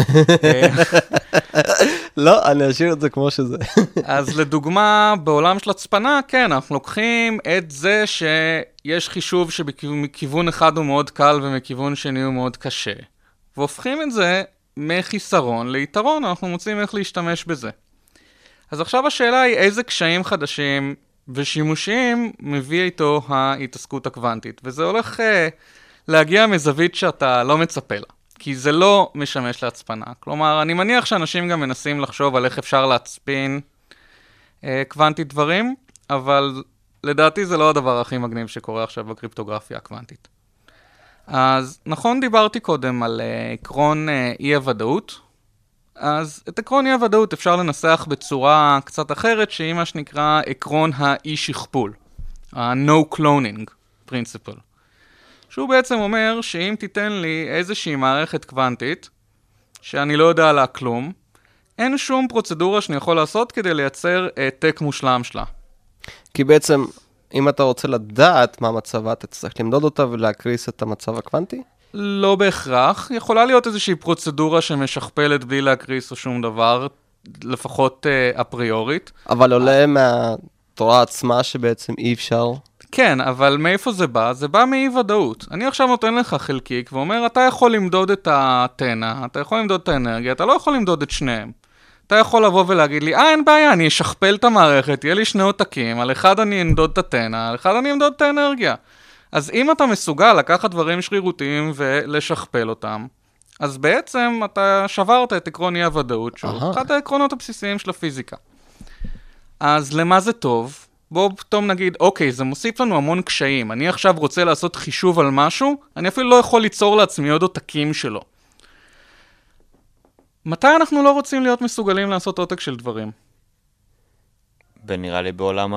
לא, אני אשאיר את זה כמו שזה. אז לדוגמה, בעולם של הצפנה, כן, אנחנו לוקחים את זה שיש חישוב שמכיוון אחד הוא מאוד קל, ומכיוון שני הוא מאוד קשה. והופכים את זה מחיסרון ליתרון, אנחנו מוצאים איך להשתמש בזה. אז עכשיו השאלה היא איזה קשיים חדשים ושימושיים מביא איתו ההתעסקות הקוונטית. וזה הולך להגיע מזווית שאתה לא מצפה לה. כי זה לא משמש להצפנה. כלומר, אני מניח שאנשים גם מנסים לחשוב על איך אפשר להצפין קוונטית דברים, אבל לדעתי זה לא הדבר הכי מגניב שקורה עכשיו בקריפטוגרפיה הקוונטית. אז נכון דיברתי קודם על עקרון אי-הוודאות, אז את עקרון אי-הוודאות אפשר לנסח בצורה קצת אחרת, שהיא מה שנקרא עקרון האי-שכפול, ה-no cloning principle. שהוא בעצם אומר שאם תיתן לי איזושהי מערכת קוונטית, שאני לא יודע עליה כלום, אין שום פרוצדורה שאני יכול לעשות כדי לייצר העתק מושלם שלה. כי בעצם, אם אתה רוצה לדעת מה מצבה, אתה צריך למדוד אותה ולהקריס את המצב הקוונטי? לא בהכרח. יכולה להיות איזושהי פרוצדורה שמשכפלת בלי להקריס או שום דבר. לפחות אפריורית. אבל עולה מהתורה עצמה שבעצם אי אפשר. כן, אבל מאיפה זה בא? זה בא מאי-ודאות. אני עכשיו נותן לך חלקיק ואומר, אתה יכול למדוד את התנה, אתה יכול למדוד את האנרגיה, אתה לא יכול למדוד את שניהם. אתה יכול לבוא ולהגיד לי, אין בעיה, אני אשכפל את המערכת, יהיה לי שני עותקים, על אחד אני אמדוד את התנה, על אחד אני אמדוד את האנרגיה. אז אם אתה מסוגל לקחת דברים שרירותיים ולשכפל אותם, אז בעצם אתה שברת את עקרון אי-הוודאות, שהוא אחד העקרונות הבסיסיים של הפיזיקה. אז למה זה טוב? בואו פתאום נגיד, אוקיי, זה מוסיף לנו המון קשיים. אני עכשיו רוצה לעשות חישוב על משהו, אני אפילו לא יכול ליצור לעצמי עוד עותקים שלו. מתי אנחנו לא רוצים להיות מסוגלים לעשות עותק של דברים? ונראה לי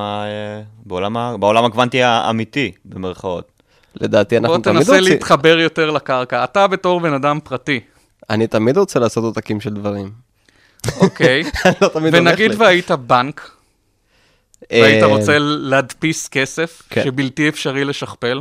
בעולם הקוונטי האמיתי, במרכאות. לדעתי אנחנו תמיד רוצים. בוא תנסה להתחבר יותר לקרקע. אתה בתור בן אדם פרטי. אני תמיד רוצה לעשות עותקים של דברים. אוקיי. ונגיד והיית בנק, והיית רוצה להדפיס כסף, שבלתי אפשרי לשכפל,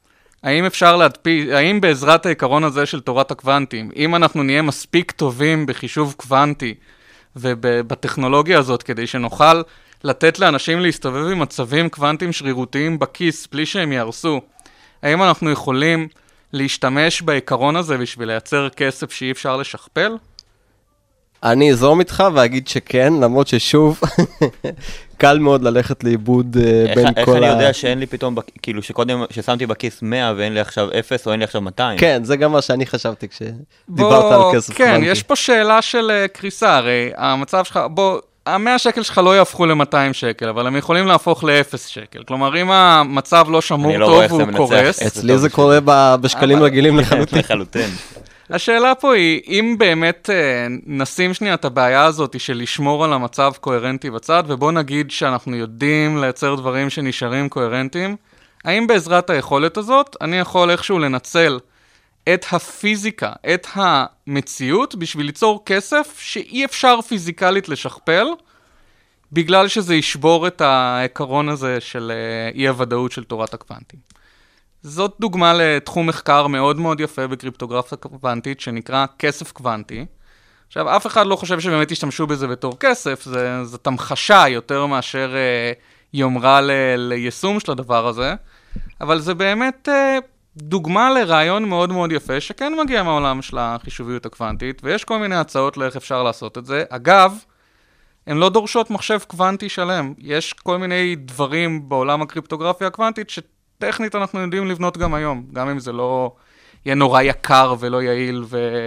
האם בעזרת העיקרון הזה של תורת הקוונטים, אם אנחנו נהיה מספיק טובים בחישוב קוונטי, ובטכנולוגיה הזאת, כדי שנוכל לתת לאנשים להסתובב עם מצבים קוונטיים שרירותיים בכיס, בלי שהם יהרסו, האם אנחנו יכולים להשתמש בעיקרון הזה בשביל לייצר כסף שאי אפשר לשכפל? אני אזרום איתך ואגיד שכן, למרות ששוב, קל מאוד ללכת לאיבוד בין כל ה... איך אני יודע שאין לי פתאום, כאילו שקודם ששמתי בכיס 100 ואין לי עכשיו 0 או אין לי עכשיו 200? כן, זה גם מה שאני חשבתי כשדיברת על כסף קוונטי. כן, יש פה שאלה של קריסה, הרי המצב שלך, ה-100 שקל שלך לא יהפכו ל-200 שקל, אבל הם יכולים להפוך ל-0 שקל. כלומר, אם המצב לא שמור טוב והוא קורס... אצלי זה קורה בשקלים רגילים לחלוטין. השאלה פה היא, אם באמת נשים שנייה את הבעיה הזאת של לשמור על המצב קוהרנטי בצד, ובוא נגיד שאנחנו יודעים לייצר דברים שנשארים קוהרנטיים, האם בעזרת היכולת הזאת אני יכול איכשהו לנצל את הפיזיקה, את המציאות, בשביל ליצור כסף שאי אפשר פיזיקלית לשכפל, בגלל שזה ישבור את העיקרון הזה של אי-הוודאות של תורת הקוונטים. זאת דוגמה לתחום מחקר מאוד מאוד יפה בקריפטוגרפיה קוונטית, שנקרא כסף קוונטי. עכשיו, אף אחד לא חושב שבאמת ישתמשו בזה בתור כסף, זה תמחשה יותר מאשר יומרה ליישום של הדבר הזה, אבל זה באמת דוגמה לרעיון מאוד מאוד יפה, שכן מגיע מהעולם של החישוביות הקוונטית, ויש כל מיני הצעות לאיך אפשר לעשות את זה. אגב, הן לא דורשות מחשב קוונטי שלם. יש כל מיני דברים בעולם הקריפטוגרפיה הקוונטית טכנית אנחנו יודעים לבנות גם היום, גם אם זה לא יהיה נורא יקר ולא יעיל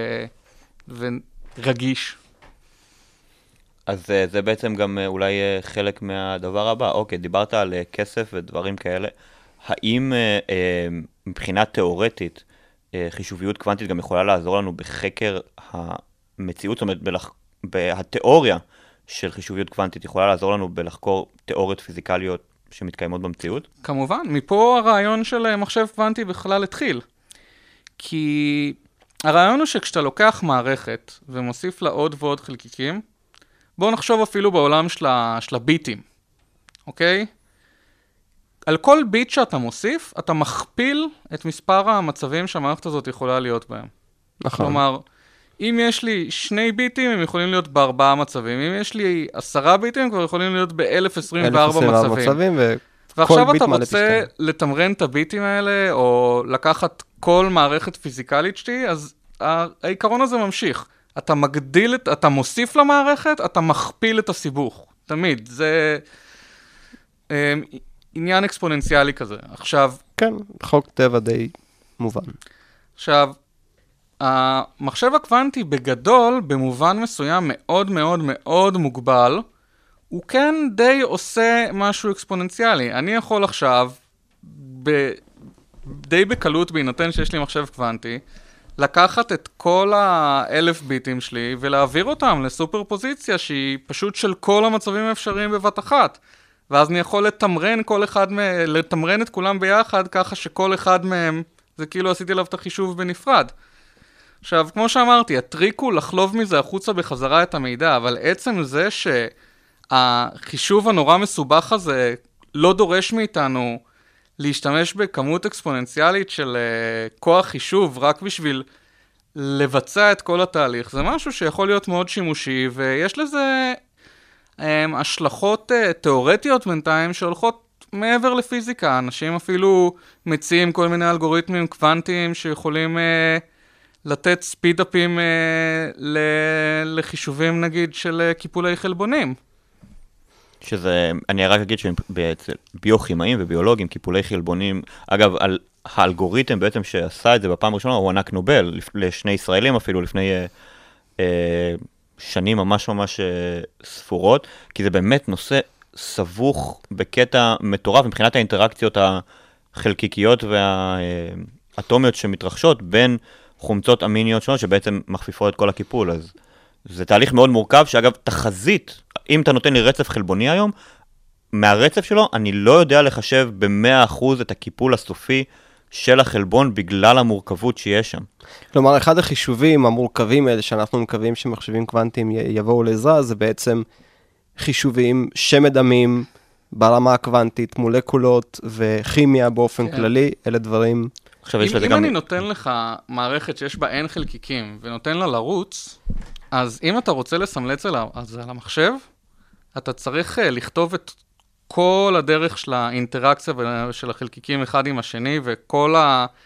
ורגיש. אז זה בעצם גם אולי חלק מהדבר הבא. אוקיי, דיברת על כסף ודברים כאלה. האם מבחינה תיאורטית חישוביות קוונטית גם יכולה לעזור לנו בחקר המציאות? זאת אומרת, התיאוריה של חישוביות קוונטית יכולה לעזור לנו בלחקור תיאוריות פיזיקליות שמתקיימות במציאות? כמובן, מפה הרעיון של מחשב קוונטי בכלל התחיל. כי הרעיון הוא שכשאתה לוקח מערכת ומוסיף לה עוד ועוד חלקיקים, בואו נחשוב אפילו בעולם של הביטים, אוקיי? על כל ביט שאתה מוסיף, אתה מכפיל את מספר המצבים שהמערכת הזאת יכולה להיות בהם. נכון. כלומר, אם יש לי 2 ביטים, הם יכולים להיות ב4 מצבים. אם יש לי 10 ביטים, הם כבר יכולים להיות ב-1024 מצבים. ועכשיו אתה רוצה לתמרן את הביטים האלה, או לקחת כל מערכת פיזיקלית שלי, אז העיקרון הזה ממשיך. אתה מגדיל, אתה מוסיף למערכת, אתה מכפיל את הסיבוך. תמיד. זה עניין אקספוננציאלי כזה. עכשיו... כן, חוק טבע די מובן. עכשיו... המחשב הקוונטי בגדול, במובן מסוים מאוד מאוד מאוד מוגבל, הוא כן די עושה משהו אקספוננציאלי. אני יכול עכשיו, די בקלות בהינתן שיש לי מחשב קוונטי, לקחת את כל 1000 ביטים שלי ולהעביר אותם לסופר פוזיציה שהיא פשוט של כל המצבים האפשריים בבת אחת. ואז אני יכול לתמרן את כולם ביחד ככה שכל אחד מהם, זה כאילו עשיתי עליו את החישוב בנפרד. עכשיו, כמו שאמרתי, הטריק הוא לחלוב מזה החוצה בחזרה את המידע, אבל עצם זה שהחישוב הנורא מסובך הזה לא דורש מאיתנו להשתמש בכמות אקספוננציאלית של כוח חישוב, רק בשביל לבצע את כל התהליך. זה משהו שיכול להיות מאוד שימושי, ויש לזה השלכות תיאורטיות בינתיים שהולכות מעבר לפיזיקה. אנשים אפילו מציעים כל מיני אלגוריתמים קוונטיים שיכולים לתת ספידאפים לחישובים נגיד של קיפולי חלבונים. שזה, אני רק אגיד שביוכימאים וביולוגים, קיפולי חלבונים, אגב, האלגוריתם בעצם שעשה את זה בפעם הראשונה, הוא ענק נובל, לשני ישראלים אפילו, לפני שנים ממש ספורות, כי זה באמת נושא סבוך בקטע מטורף, מבחינת האינטראקציות החלקיקיות והאטומיות שמתרחשות בין חומצות אמיניות שונות, שבעצם מכפיפות את כל הקיפול, אז זה תהליך מאוד מורכב, שאגב, תחזית, אם אתה נותן לי רצף חלבוני היום, מהרצף שלו, אני לא יודע לחשב ב100% את הקיפול הסופי של החלבון, בגלל המורכבות שיש שם. כלומר, אחד החישובים המורכבים האלה, שאנחנו מקווים שמחשבים קוונטיים יבואו לעזרה, זה בעצם חישובים שמדמים ברמה הקוונטית, מולקולות וכימיה באופן כללי, אלה דברים... אם אני נותן לך מערכת שיש בה N חלקיקים, ונותן לה לרוץ, אז אם אתה רוצה לסמלץ על המחשב, אתה צריך לכתוב את כל הדרך של האינטראקציה של החלקיקים אחד עם השני, וכל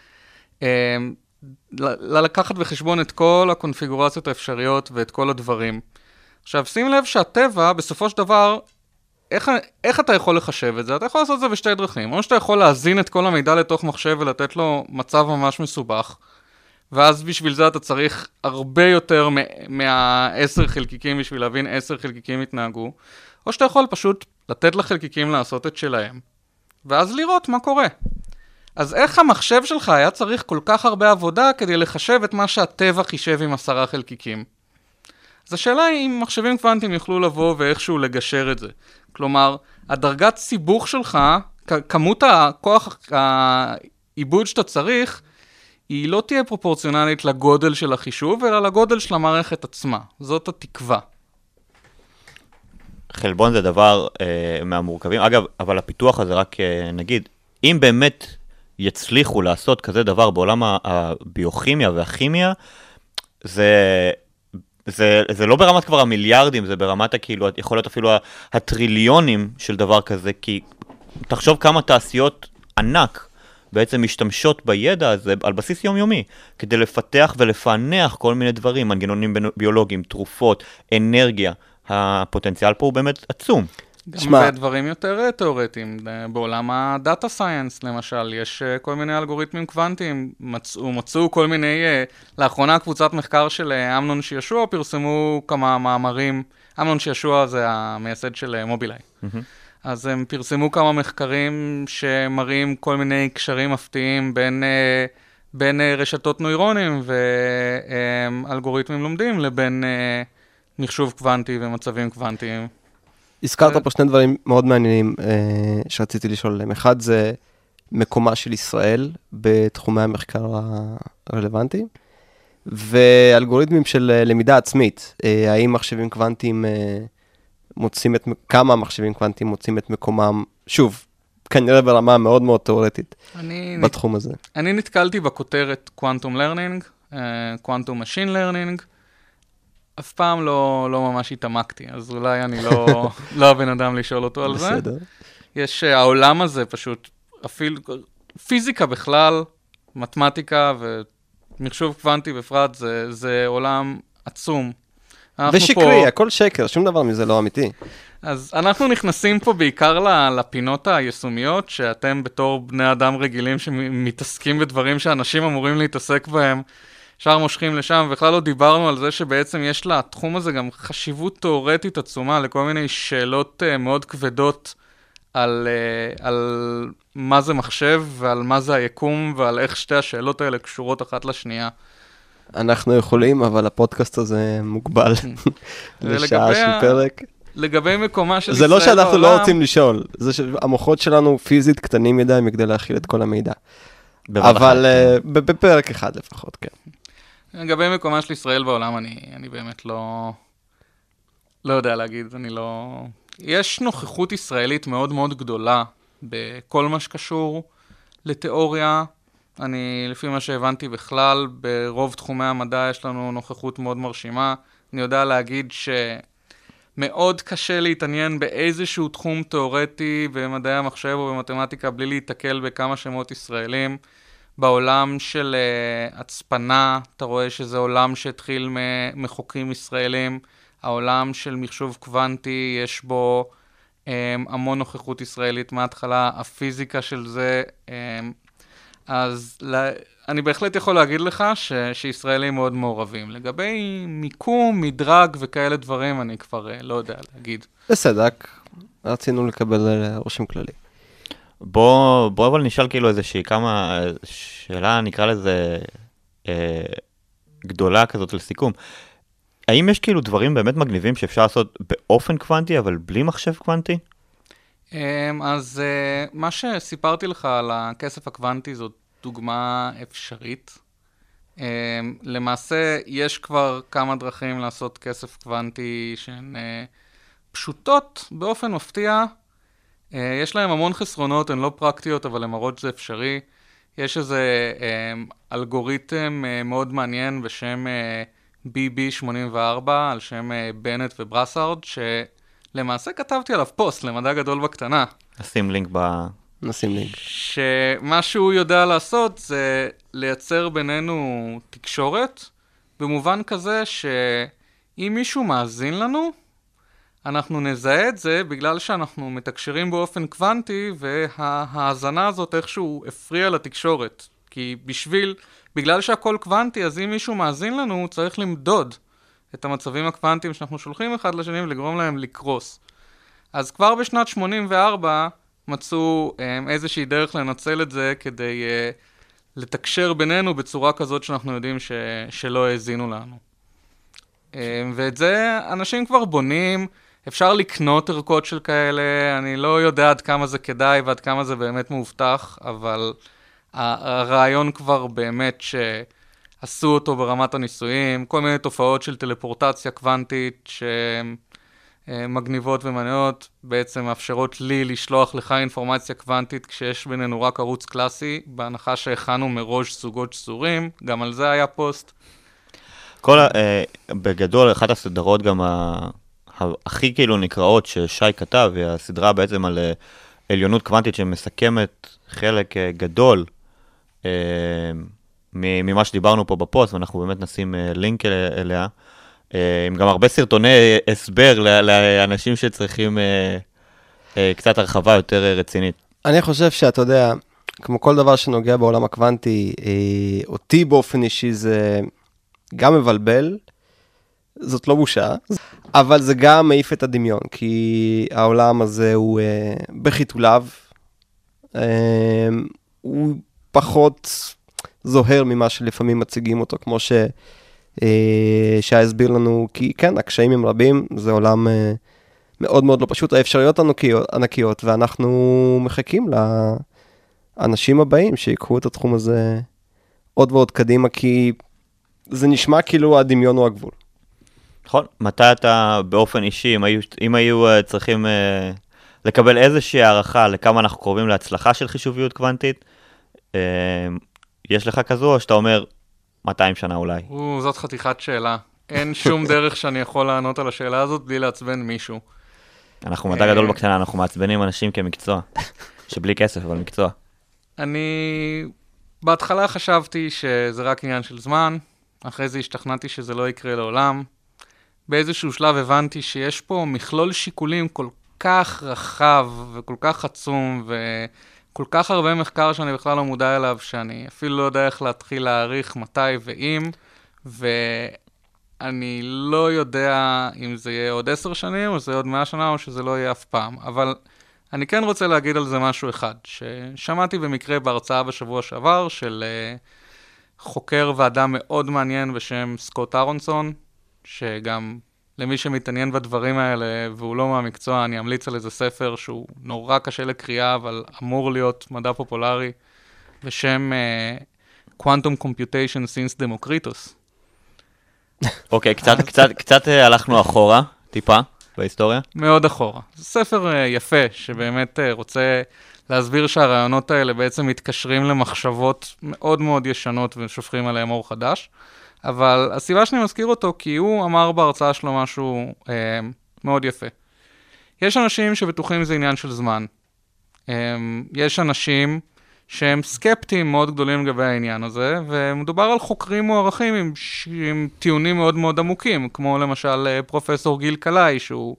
לקחת בחשבון את כל הקונפיגורציות האפשריות ואת כל הדברים. עכשיו, שים לב שהטבע, בסופו של דבר, איך אתה יכול לחשב את זה? אתה יכול לעשות את זה בשתי דרכים. או שאתה יכול להזין את כל המידע לתוך מחשב ולתת לו מצב ממש מסובך, ואז בשביל זה אתה צריך הרבה יותר מה10 חלקיקים בשביל להבין 10 חלקיקים התנהגו, או שאתה יכול פשוט לתת לחלקיקים לעשות את שלהם, ואז לראות מה קורה. אז איך המחשב שלך היה צריך כל כך הרבה עבודה כדי לחשב את מה שהטבע חישב עם 10 חלקיקים? אז השאלה היא אם מחשבים קוונטיים יוכלו לבוא ואיכשהו לגשר את זה. כלומר, הדרגת סיבוך שלך, כמות הכוח העיבוד שאתה צריך, היא לא תהיה פרופורציונלית לגודל של החישוב, אלא לגודל של המערכת עצמה. זאת התקווה. חלבון זה דבר מהמורכבים. אגב, אבל הפיתוח הזה רק נגיד, אם באמת יצליחו לעשות כזה דבר בעולם הביוכימיה והכימיה, זה לא ברמת כבר המיליארדים, זה ברמת כאילו, יכול להיות אפילו הטריליונים של דבר כזה, כי תחשוב כמה תעשיות ענק בעצם משתמשות בידע הזה על בסיס יומיומי, כדי לפתח ולפענח כל מיני דברים, מנגנונים ביולוגיים, תרופות, אנרגיה. הפוטנציאל פה הוא באמת עצום. גם בדברים יותר תיאורטיים, בעולם הדאטה סיינס למשל, יש כל מיני אלגוריתמים קוונטיים, מצאו כל מיני, לאחרונה קבוצת מחקר של אמנון שישוע פרסמו כמה מאמרים, אמנון שישוע זה המייסד של מובילאיי, אז הם פרסמו כמה מחקרים שמראים כל מיני קשרים מפתיעים בין רשתות נוירונים ואלגוריתמים לומדים לבין מחשוב קוונטי ומצבים קוונטיים. הזכרת פה שני דברים מאוד מעניינים שרציתי לשאול עליהם. אחד זה מקומה של ישראל בתחומי המחקר הרלוונטיים, ואלגוריתמים של למידה עצמית. האם מחשבים קוונטיים מוצאים כמה מחשבים קוונטיים מוצאים את מקומם, שוב, כנראה ברמה מאוד מאוד תיאורטית בתחום הזה. אני נתקלתי בכותרת Quantum Learning, Quantum Machine Learning, אף פעם לא ממש התעמקתי, אז אולי אני לא הבן אדם לשאול אותו על זה. בסדר. יש העולם הזה פשוט, אפילו פיזיקה בכלל, מתמטיקה ומחשוב קוונטי בפרט, זה עולם עצום. ושקרי, הכל שקר, שום דבר מזה לא אמיתי. אז אנחנו נכנסים פה בעיקר לפינות היישומיות, שאתם בתור בני אדם רגילים שמתעסקים בדברים שאנשים אמורים להתעסק בהם, שאר מושכים לשם, וכלל לא דיברנו על זה שבעצם יש לתחום הזה גם חשיבות תיאורטית עצומה, לכל מיני שאלות מאוד כבדות על מה זה מחשב, ועל מה זה היקום, ועל איך שתי השאלות האלה קשורות אחת לשנייה. אנחנו יכולים, אבל הפודקאסט הזה מוגבל לשעה של פרק. לגבי מקומה של ישראל בעולם... זה לא שאנחנו לא רוצים לשאול, זה שהמוחות שלנו פיזית קטנים מדי מכדי להכיל את כל המידע. אבל בפרק אחד לפחות, כן. לגבי מקומה של ישראל בעולם, אני באמת לא יודע להגיד, יש נוכחות ישראלית מאוד מאוד גדולה בכל מה שקשור לתיאוריה, אני, לפי מה שהבנתי בכלל, ברוב תחומי המדע יש לנו נוכחות מאוד מרשימה. אני יודע להגיד שמאוד קשה להתעניין באיזשהו תחום תיאורטי במדעי המחשב או במתמטיקה בלי להתקל בכמה שמות ישראלים. בעולם של הצפנה, אתה רואה שזה עולם שהתחיל מחוקרים ישראלים. העולם של מחשוב קוונטי, יש בו המון נוכחות ישראלית מההתחלה, הפיזיקה של זה. אז אני בהחלט יכול להגיד לך שישראלים מאוד מעורבים. לגבי מיקום, מדרג וכאלה דברים, אני כבר לא יודע להגיד. בסדר, רצינו לקבל רושם כללי. בוא אבל נשאל כאילו איזושהי שאלה, נקרא לזה גדולה כזאת לסיכום. האם יש כאילו דברים באמת מגניבים שאפשר לעשות באופן קוונטי, אבל בלי מחשב קוונטי? אז מה שסיפרתי לך על הכסף הקוונטי זאת דוגמה אפשרית. למעשה יש כבר כמה דרכים לעשות כסף קוונטי שהן פשוטות באופן מפתיע. יש להם המון חסרונות, הן לא פרקטיות, אבל הן מראות שזה אפשרי. יש איזה אלגוריתם מאוד מעניין בשם BB84, על שם בנט ובראסארד, שלמעשה כתבתי עליו פוסט למדע גדול בקטנה. נשים לינק נשים לינק. שמה שהוא יודע לעשות זה לייצר בינינו תקשורת, במובן כזה שאם מישהו מאזין לנו, אנחנו נזהה את זה בגלל שאנחנו מתקשרים באופן קוונטי, וההאזנה הזאת איכשהו הפריעה לתקשורת. כי בגלל שהכל קוונטי, אז אם מישהו מאזין לנו, הוא צריך למדוד את המצבים הקוונטיים שאנחנו שולחים אחד לשני ולגרום להם לקרוס. אז כבר בשנת 84 מצאו איזושהי דרך לנצל את זה כדי לתקשר בינינו בצורה כזאת שאנחנו יודעים שלא האזינו לנו. ואת זה אנשים כבר בונים, אפשר לקנות ערכות של כאלה, אני לא יודע עד כמה זה כדאי ועד כמה זה באמת מאובטח, אבל הרעיון כבר באמת שעשו אותו ברמת הניסויים, כל מיני תופעות של טלפורטציה קוונטית שמגניבות ומעניינות, בעצם מאפשרות לי לשלוח לך אינפורמציה קוונטית כשיש בינינו רק ערוץ קלאסי, בהנחה שהכנו מראש זוגות שזורים, גם על זה היה פוסט. בגדול, אחת הסדרות גם הכי כאילו נקראות ששי כתב, היא הסדרה בעצם על עליונות קוונטית שמסכמת חלק גדול ממה שדיברנו פה בפוסט, ואנחנו באמת נשים לינק אליה, עם גם הרבה סרטוני הסבר לאנשים שצריכים קצת הרחבה יותר רצינית. אני חושב שאתה יודע, כמו כל דבר שנוגע בעולם הקוונטי, אותי באופן אישי זה גם מבלבל, זאת לא בושה, אבל זה גם מעיף את הדמיון, כי העולם הזה הוא בחיתוליו, הוא פחות זוהר ממה שלפעמים מציגים אותו, כמו שהסביר לנו, כי כן, הקשיים הם רבים, זה עולם מאוד מאוד לא פשוט, האפשרויות ענקיות, ואנחנו מחכים לאנשים הבאים שיקחו את התחום הזה עוד ועוד קדימה, כי זה נשמע כאילו הדמיון הוא הגבול. נכון, מתי אתה באופן אישי, אם היו צריכים לקבל איזושהי הערכה לכמה אנחנו קרובים להצלחה של חישוביות קוונטית, יש לך כזו או שאתה אומר 200 שנה אולי? זאת חתיכת שאלה. אין שום דרך שאני יכול לענות על השאלה הזאת בלי לעצבן מישהו. אנחנו מדע גדול בקטנה, אנחנו מעצבנים אנשים כמקצוע, שבלי כסף, אבל מקצוע. אני בהתחלה חשבתי שזה רק עניין של זמן, אחרי זה השתכנעתי שזה לא יקרה לעולם. באיזשהו שלב הבנתי שיש פה מכלול שיקולים כל כך רחב וכל כך עצום וכל כך הרבה מחקר שאני בכלל לא מודע אליו, שאני אפילו לא יודע איך להתחיל להעריך מתי ואם, ואני לא יודע אם זה יהיה עוד 10 שנים או זה יהיה עוד 100 שנה או שזה לא יהיה אף פעם, אבל אני כן רוצה להגיד על זה משהו אחד, ששמעתי במקרה בהרצאה בשבוע שעבר של חוקר ועדה מאוד מעניין בשם סקוט ארונסון, שגם למי שמתעניין בדברים האלה והוא לא מהמקצוע, אני אמליץ על איזה ספר שהוא נורא קשה לקריאה, אבל אמור להיות מדע פופולרי, בשם Quantum Computation Since Democritus. אוקיי, קצת הלכנו אחורה, טיפה, בהיסטוריה. מאוד אחורה. זה ספר יפה, שבאמת רוצה להסביר שהרעיונות האלה בעצם מתקשרים למחשבות מאוד מאוד ישנות ושופכים עליהם אור חדש. אבל הסיבה שאני מזכיר אותו, כי הוא אמר בהרצאה שלו משהו מאוד יפה. יש אנשים שבטוחים זה עניין של זמן. יש אנשים שהם סקפטיים מאוד גדולים לגבי העניין הזה, ומדובר על חוקרים מוערכים עם טיעונים מאוד מאוד עמוקים, כמו למשל פרופסור גיל קלעי, שהוא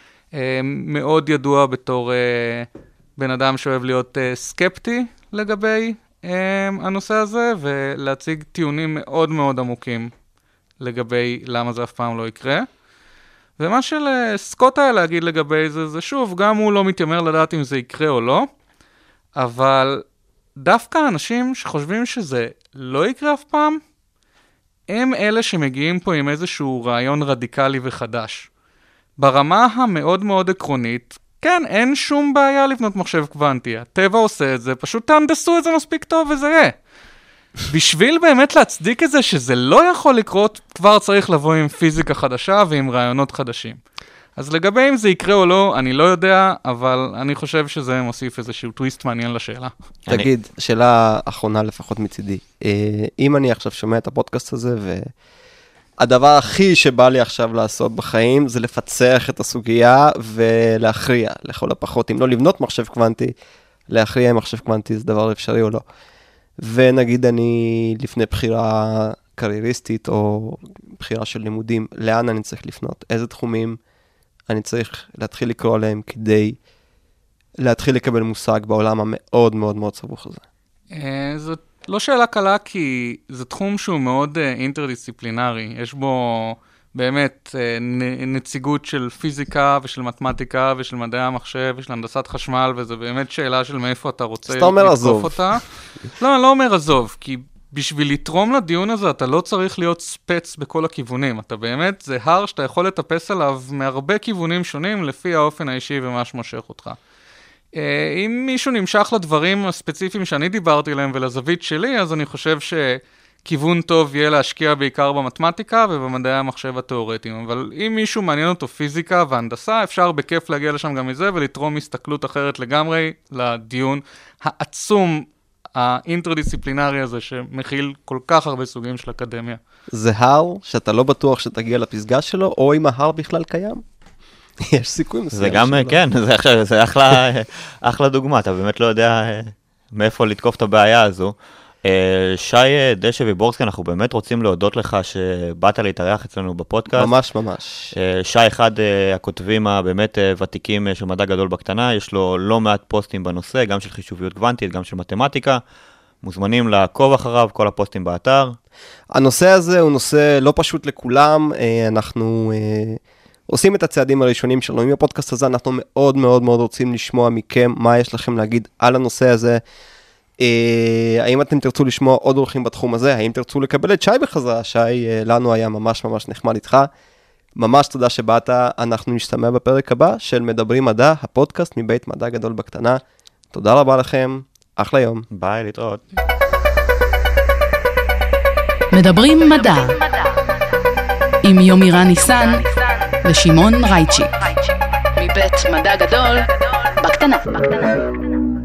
מאוד ידוע בתור בן אדם שאוהב להיות סקפטי לגבי הנושא הזה, ולהציג טיעונים מאוד מאוד עמוקים לגבי למה זה אף פעם לא יקרה. ומה שלסקוט היה להגיד לגבי זה, זה שוב, גם הוא לא מתיימר לדעת אם זה יקרה או לא, אבל דווקא אנשים שחושבים שזה לא יקרה אף פעם, הם אלה שמגיעים פה עם איזשהו רעיון רדיקלי וחדש. ברמה המאוד מאוד עקרונית, כן, אין שום בעיה לבנות מחשב קוונטי. הטבע עושה את זה, פשוט תהנדסו את זה מספיק טוב וזה יהיה. בשביל באמת להצדיק את זה שזה לא יכול לקרות, כבר צריך לבוא עם פיזיקה חדשה ועם רעיונות חדשים. אז לגבי אם זה יקרה או לא, אני לא יודע, אבל אני חושב שזה מוסיף איזשהו טוויסט מעניין לשאלה. תגיד, שאלה אחרונה לפחות מצידי. אם אני עכשיו שומע את הפודקאסט הזה, והדבר הכי שבא לי עכשיו לעשות בחיים, זה לפצח את הסוגיה ולהכריע, לכל הפחות, אם לא לבנות מחשב קוונטי, להכריע אם מחשב קוונטי זה דבר אפשרי או לא. ונגיד אני לפני בחירה קרייריסטית, או בחירה של לימודים, לאן אני צריך לפנות? איזה תחומים אני צריך להתחיל לקרוא עליהם כדי להתחיל לקבל מושג בעולם המאוד מאוד מאוד סבוך הזה? זאת לא שאלה קלה, כי זה תחום שהוא מאוד אינטרדיסציפלינרי. יש בו באמת נציגות של פיזיקה ושל מתמטיקה ושל מדעי המחשב ושל הנדסת חשמל, וזה באמת שאלה של מאיפה אתה רוצה לתקוף אותה. לא, אני לא אומר עזוב, כי בשביל לתרום לדיון הזה אתה לא צריך להיות ספץ בכל הכיוונים. אתה באמת, זה הר שאתה יכול לטפס עליו מהרבה כיוונים שונים לפי האופן האישי ומה שמושך אותך. אם מישהו נמשך לדברים הספציפיים שאני דיברתי עליהם ולזווית שלי, אז אני חושב שכיוון טוב יהיה להשקיע בעיקר במתמטיקה ובמדעי המחשב התיאורטיים. אבל אם מישהו מעניין אותו פיזיקה והנדסה, אפשר בכיף להגיע לשם גם מזה ולתרום הסתכלות אחרת לגמרי לדיון העצום האינטרדיסציפלינרי הזה שמכיל כל כך הרבה סוגים של אקדמיה. זה הר שאתה לא בטוח שתגיע לפסגה שלו, או אם ההר בכלל קיים? יש סיכוי מסוים. זה גם, כן, זה אחלה דוגמה, אתה באמת לא יודע מאיפה לתקוף את הבעיה הזו. שי דשא ויבורסקי, אנחנו באמת רוצים להודות לך שבאת להתארח אצלנו בפודקאסט. ממש ממש. שי אחד הכותבים הבאמת ותיקים של מדע גדול בקטנה, יש לו לא מעט פוסטים בנושא, גם של חישוביות קוונטית, גם של מתמטיקה. מוזמנים לעקוב אחריו, כל הפוסטים באתר. הנושא הזה הוא נושא לא פשוט לכולם, אנחנו עושים את הצעדים הראשונים שלנו. עם הפודקאסט הזה אנחנו מאוד מאוד מאוד רוצים לשמוע מכם מה יש לכם להגיד על הנושא הזה. האם אתם תרצו לשמוע עוד אורחים בתחום הזה? האם תרצו לקבל את שי בחזרה? שי לנו היה ממש ממש נחמד איתך. ממש תודה שבאת. אנחנו נשתמע בפרק הבא של מדברים מדע, הפודקאסט מבית מדע גדול בקטנה. תודה רבה לכם. אחלה יום. ביי, להתראות. מדברים מדע עם יומירן ניסן ושמעון רייצ'י מבית מדע גדול בקטנה.